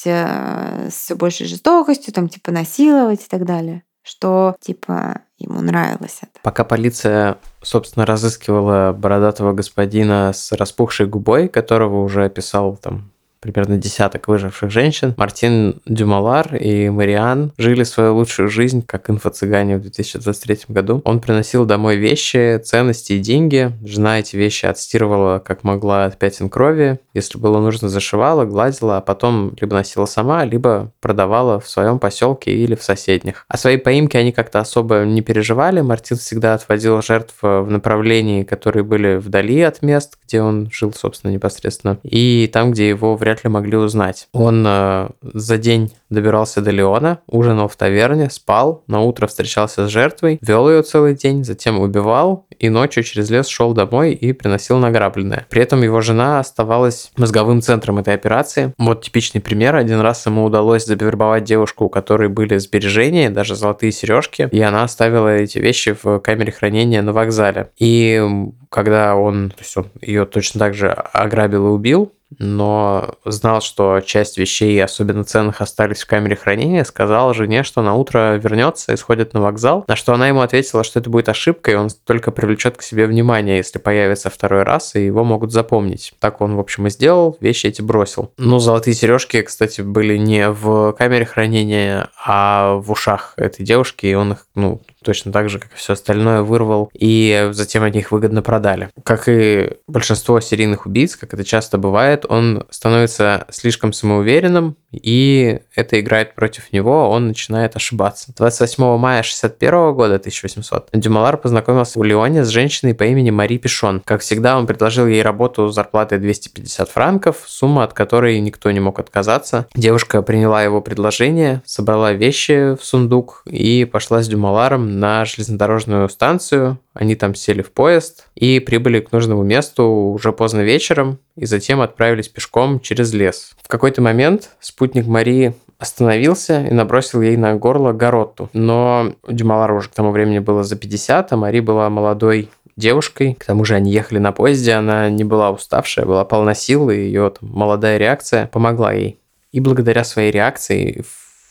с все большей жестокостью, там, типа, насиловать и так далее. Что, типа, ему нравилось это. Пока полиция, собственно, разыскивала бородатого господина с распухшей губой, которого уже описал там примерно десяток выживших женщин, Мартин Дюмалар и Мариан жили свою лучшую жизнь, как инфо-цыгане в две тысячи двадцать третьем году. Он приносил домой вещи, ценности и деньги. Жена эти вещи отстирывала как могла от пятен крови. Если было нужно, зашивала, гладила, а потом либо носила сама, либо продавала в своем поселке или в соседних. О своей поимке они как-то особо не переживали. Мартин всегда отводил жертв в направлении, которые были вдали от мест, где он жил, собственно, непосредственно, и там, где его вряд вряд ли могли узнать. Он э, за день добирался до Леона, ужинал в таверне, спал, на утро встречался с жертвой, вел ее целый день, затем убивал и ночью через лес шел домой и приносил награбленное. При этом его жена оставалась мозговым центром этой операции. Вот типичный пример. Один раз ему удалось завербовать девушку, у которой были сбережения, даже золотые сережки, и она оставила эти вещи в камере хранения на вокзале. И когда он, то есть он ее точно так же ограбил и убил, но знал, что часть вещей, особенно ценных, остались в камере хранения, сказал жене, что на утро вернется и сходит на вокзал, на что она ему ответила, что это будет ошибкой, он только привлечет к себе внимание, если появится второй раз, и его могут запомнить. Так он, в общем, и сделал, вещи эти бросил. Ну, золотые сережки, кстати, были не в камере хранения, а в ушах этой девушки, и он их, ну, точно так же, как и все остальное, вырвал, и затем они их выгодно продали. Как и большинство серийных убийц, как это часто бывает, он становится слишком самоуверенным, и это играет против него, он начинает ошибаться. двадцать восьмого мая шестьдесят первого года, тысяча восемьсот, Дюмалар познакомился в Лионе с женщиной по имени Мари Пишон. Как всегда, он предложил ей работу с зарплатой двести пятьдесят франков, сумма, от которой никто не мог отказаться. Девушка приняла его предложение, собрала вещи в сундук и пошла с Дюмаларом на железнодорожную станцию. Они там сели в поезд и прибыли к нужному месту уже поздно вечером, и затем отправились пешком через лес. В какой-то момент спутник Марии остановился и набросил ей на горло гаротту. Но Дюмалару уже к тому времени было за пятьдесят, а Мари была молодой девушкой. К тому же они ехали на поезде, она не была уставшая, была полна сил, и ее там, молодая реакция помогла ей. И благодаря своей реакции,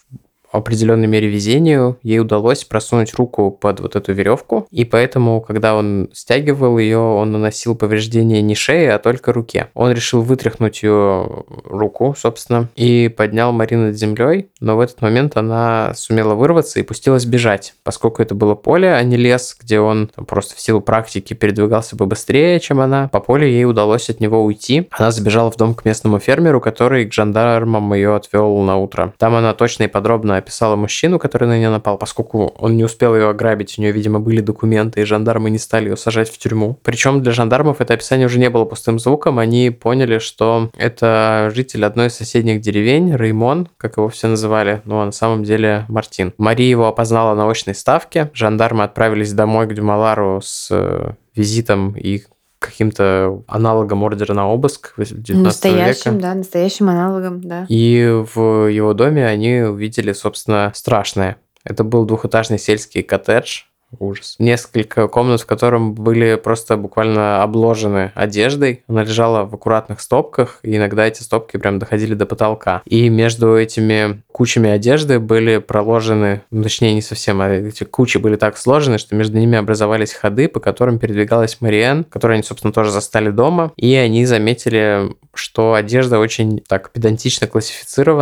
в определенной мере везению, ей удалось просунуть руку под вот эту веревку, и поэтому, когда он стягивал ее, он наносил повреждения не шее, а только руке. Он решил вытряхнуть ее руку, собственно, и поднял Мари над землей, но в этот момент она сумела вырваться и пустилась бежать, поскольку это было поле, а не лес, где он там, просто в силу практики передвигался бы быстрее, чем она. По полю ей удалось от него уйти. Она забежала в дом к местному фермеру, который к жандармам ее отвел на утро. Там она точно и подробно описала мужчину, который на нее напал, поскольку он не успел ее ограбить, у нее, видимо, были документы, и жандармы не стали ее сажать в тюрьму. Причем для жандармов это описание уже не было пустым звуком, они поняли, что это житель одной из соседних деревень, Реймон, как его все называли, но на самом деле Мартин. Мари его опознала на очной ставке, жандармы отправились домой к Дюмалару с визитом и каким-то аналогом ордера на обыск девятнадцатого настоящим, века. да, настоящим аналогом, да. И в его доме они увидели, собственно, страшное. Это был двухэтажный сельский коттедж. Ужас. Несколько комнат, в котором были просто буквально обложены одеждой. Она лежала в аккуратных стопках, и иногда эти стопки прям доходили до потолка. И между этими кучами одежды были проложены, ну, точнее, не совсем, а эти кучи были так сложены, что между ними образовались ходы, по которым передвигалась Мариэн, которую они, собственно, тоже застали дома. И они заметили, что одежда очень так педантично классифицирована.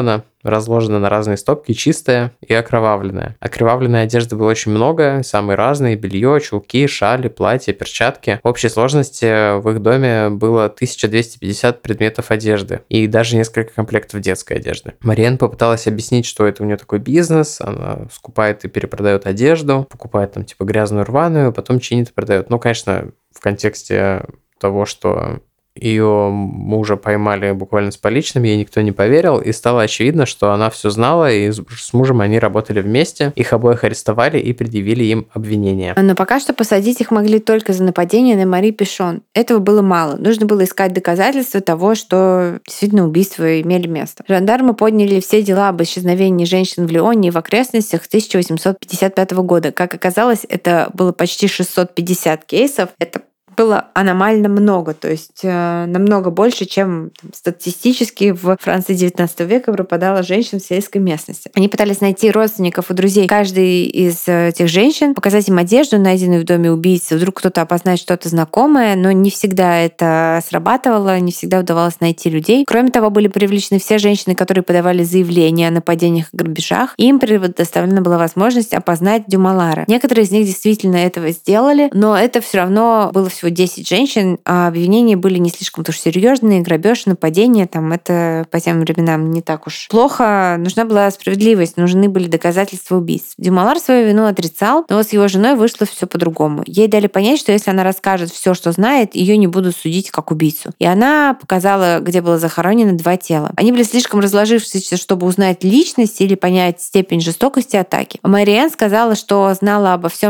разложена на разные стопки, чистая и окровавленная. Окровавленной одежды было очень много, самые разные: белье, чулки, шали, платья, перчатки. В общей сложности в их доме было тысяча двести пятьдесят предметов одежды и даже несколько комплектов детской одежды. Мариэн попыталась объяснить, что это у нее такой бизнес, она скупает и перепродает одежду, покупает там типа грязную, рваную, потом чинит и продает. Ну, конечно, в контексте того, что ее мужа поймали буквально с поличным, ей никто не поверил, и стало очевидно, что она все знала, и с мужем они работали вместе, их обоих арестовали и предъявили им обвинения. Но пока что посадить их могли только за нападение на Мари Пишон. Этого было мало. Нужно было искать доказательства того, что действительно убийства имели место. Жандармы подняли все дела об исчезновении женщин в Лионе и в окрестностях тысяча восемьсот пятьдесят пятого года. Как оказалось, это было почти шестьсот пятьдесят кейсов. Это было аномально много, то есть э, намного больше, чем там, статистически в Франции девятнадцатого века пропадало женщин в сельской местности. Они пытались найти родственников и друзей каждой из этих женщин, показать им одежду, найденную в доме убийцы, вдруг кто-то опознает что-то знакомое, но не всегда это срабатывало, не всегда удавалось найти людей. Кроме того, были привлечены все женщины, которые подавали заявления о нападениях и грабежах, и им предоставлена была возможность опознать Дюмалара. Некоторые из них действительно этого сделали, но это все равно было всего десять женщин, а обвинения были не слишком уж серьезные, грабеж, нападение, там это по тем временам не так уж плохо. Нужна была справедливость, нужны были доказательства убийств. Дюмалар свою вину отрицал, но с его женой вышло все по-другому. Ей дали понять, что если она расскажет все, что знает, ее не будут судить как убийцу. И она показала, где было захоронено два тела. Они были слишком разложившиеся, чтобы узнать личность или понять степень жестокости атаки. Мариэн сказала, что знала обо всем,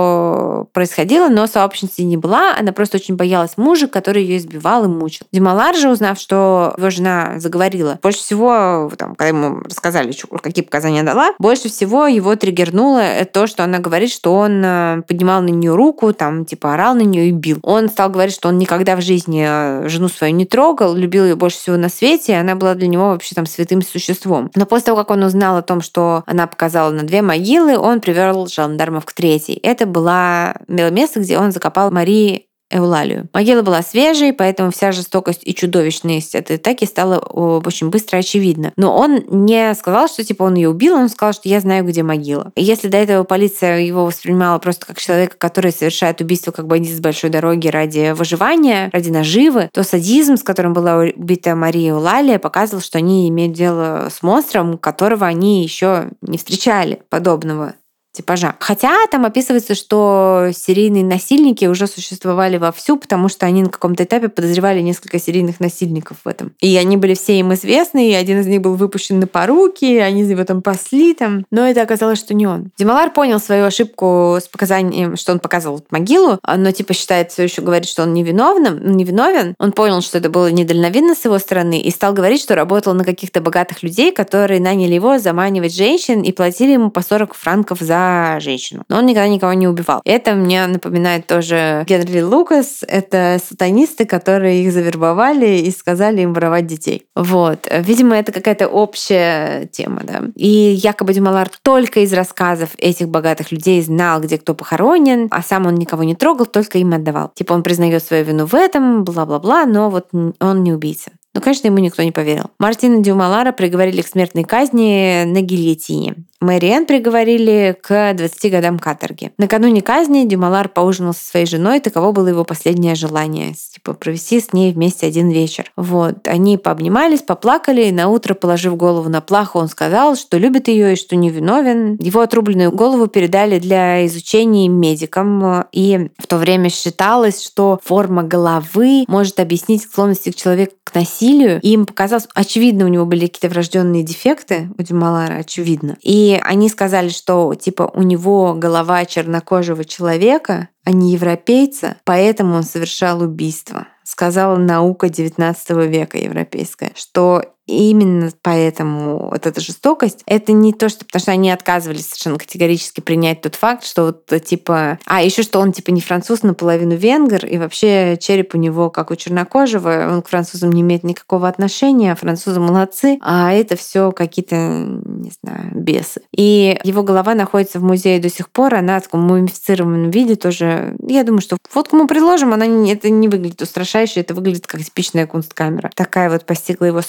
что происходило, но сообщницей не была. Она просто очень боялась мужа, который ее избивал и мучил. Дюмалар же, узнав, что его жена заговорила, больше всего, там, когда ему рассказали, какие показания дала, больше всего его триггернуло то, что она говорит, что он поднимал на нее руку, там, типа, орал на нее и бил. Он стал говорить, что он никогда в жизни жену свою не трогал, любил ее больше всего на свете, и она была для него вообще там святым существом. Но после того, как он узнал о том, что она показала на две могилы, он привел жандармов к третьей. Это было место, где он закопал Мари Эулалию. Могила была свежей, поэтому вся жестокость и чудовищность этой атаки стала очень быстро очевидна. Но он не сказал, что типа он ее убил, он сказал, что я знаю, где могила. И если до этого полиция его воспринимала просто как человека, который совершает убийство как бандит с большой дороги ради выживания, ради наживы, то садизм, с которым была убита Мария Эулалия, показывал, что они имеют дело с монстром, которого они еще не встречали, подобного типажа. Хотя там описывается, что серийные насильники уже существовали вовсю, потому что они на каком-то этапе подозревали несколько серийных насильников в этом. И они были все им известны, и один из них был выпущен на поруки, они его там пасли, там. Но это оказалось, что не он. Дюмалар понял свою ошибку с показанием, что он показывал могилу, но типа считает все еще, говорит, что он невиновным, невиновен. Он понял, что это было недальновидно с его стороны, и стал говорить, что работал на каких-то богатых людей, которые наняли его заманивать женщин и платили ему по сорок франков за женщину. Но он никогда никого не убивал. Это мне напоминает тоже Генри Лукас. Это сатанисты, которые их завербовали и сказали им воровать детей. Вот. Видимо, это какая-то общая тема, да. И якобы Дюмалар только из рассказов этих богатых людей знал, где кто похоронен, а сам он никого не трогал, только им отдавал. Типа он признает свою вину в этом, бла-бла-бла, но вот он не убийца. Но, конечно, ему никто не поверил. Мартина Дюмалара приговорили к смертной казни на гильотине. Мариэн приговорили к двадцати годам каторги. Накануне казни Дюмалар поужинал со своей женой, таково было его последнее желание, типа провести с ней вместе один вечер. Вот. Они пообнимались, поплакали, и наутро, положив голову на плаху, он сказал, что любит ее и что невиновен. Его отрубленную голову передали для изучения медикам, и в то время считалось, что форма головы может объяснить склонности к человеку к насилию, и им показалось, очевидно, у него были какие-то врожденные дефекты у Дюмалара, очевидно. И они сказали, что типа у него голова чернокожего человека, а не европейца, поэтому он совершал убийство. Сказала наука девятнадцатого века европейская, что именно поэтому вот эта жестокость, это не то, что потому что они отказывались совершенно категорически принять тот факт, что вот типа... А еще что он типа не француз, наполовину венгер, и вообще череп у него, как у чернокожего, он к французам не имеет никакого отношения, французы молодцы, а это все какие-то, не знаю, бесы. И его голова находится в музее до сих пор, она в таком мумифицированном виде тоже. Я думаю, что фотку мы предложим, она не, это не выглядит устрашающе, это выглядит как типичная кунсткамера. Такая вот постигла его судьба. А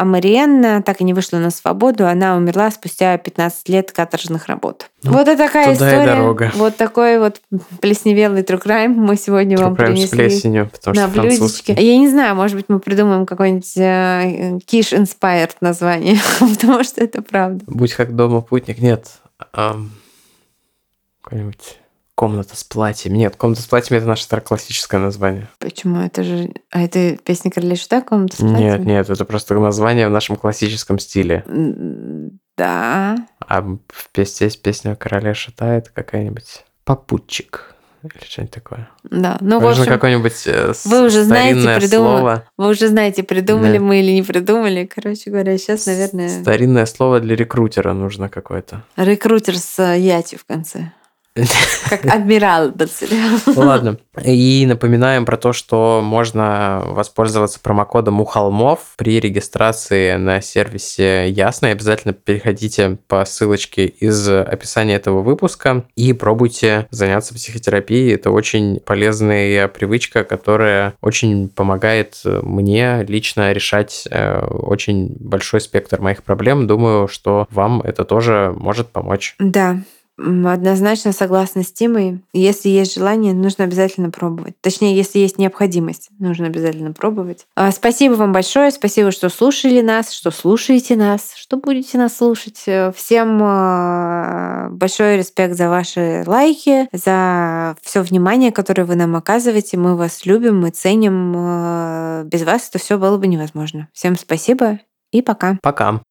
Мариенна так и не вышла на свободу. Она умерла спустя пятнадцать лет каторжных работ. Ну, вот это такая туда история. И дорога. Вот такой вот плесневелый true crime мы сегодня True вам crime принесли. с плесенью, потому на что блюдечке. французский. Я не знаю, может быть, мы придумаем какое-нибудь э, quiche-inspired название, потому что это правда. Будь как дома, путник. Нет. Эм, какой-нибудь комната с платьем. Нет, комната с платьем — это наше староклассическое название. Почему? Это же... А это песня Короля Шута, комната с платьем? Нет, нет, это просто название в нашем классическом стиле. Да. А в песне есть песня Короля Шута, это какая-нибудь попутчик. Или что-нибудь такое. Да, ну, Можно в общем, какое-нибудь э, вы уже знаете, старинное придумали, слово. вы уже знаете, придумали Да. мы или не придумали. Короче говоря, сейчас, наверное, Старинное слово для рекрутера нужно какое-то. рекрутер с э, ятью в конце. Как адмирал был сериал. Ладно. И напоминаем про то, что можно воспользоваться промокодом у холмов при регистрации на сервисе Ясно. И обязательно переходите по ссылочке из описания этого выпуска и пробуйте заняться психотерапией. Это очень полезная привычка, которая очень помогает мне лично решать очень большой спектр моих проблем. Думаю, что вам это тоже может помочь. Да. Однозначно согласна с Тимой. Если есть желание, нужно обязательно пробовать. Точнее, если есть необходимость, нужно обязательно пробовать. Спасибо вам большое. Спасибо, что слушали нас, что слушаете нас, что будете нас слушать. Всем большой респект за ваши лайки, за все внимание, которое вы нам оказываете. Мы вас любим, мы ценим. Без вас это все было бы невозможно. Всем спасибо и пока. Пока.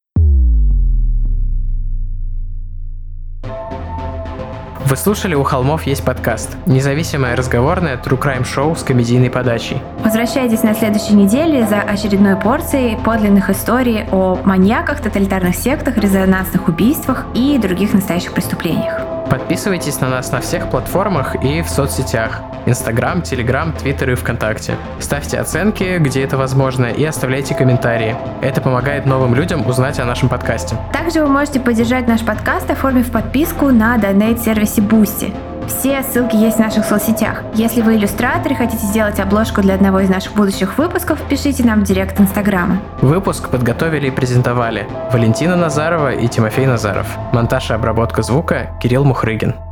Вы слушали «У холмов есть подкаст» – независимое разговорное true crime шоу с комедийной подачей. Возвращайтесь на следующей неделе за очередной порцией подлинных историй о маньяках, тоталитарных сектах, резонансных убийствах и других настоящих преступлениях. Подписывайтесь на нас на всех платформах и в соцсетях – Инстаграм, Телеграм, Твиттер и ВКонтакте. Ставьте оценки, где это возможно, и оставляйте комментарии. Это помогает новым людям узнать о нашем подкасте. Также вы можете поддержать наш подкаст, оформив подписку на донейт-сервисе Boosty. Все ссылки есть в наших соцсетях. Если вы иллюстратор и хотите сделать обложку для одного из наших будущих выпусков, пишите нам в директ Инстаграма. Выпуск подготовили и презентовали Валентина Назарова и Тимофей Назаров. Монтаж и обработка звука Кирилл Мухрыгин.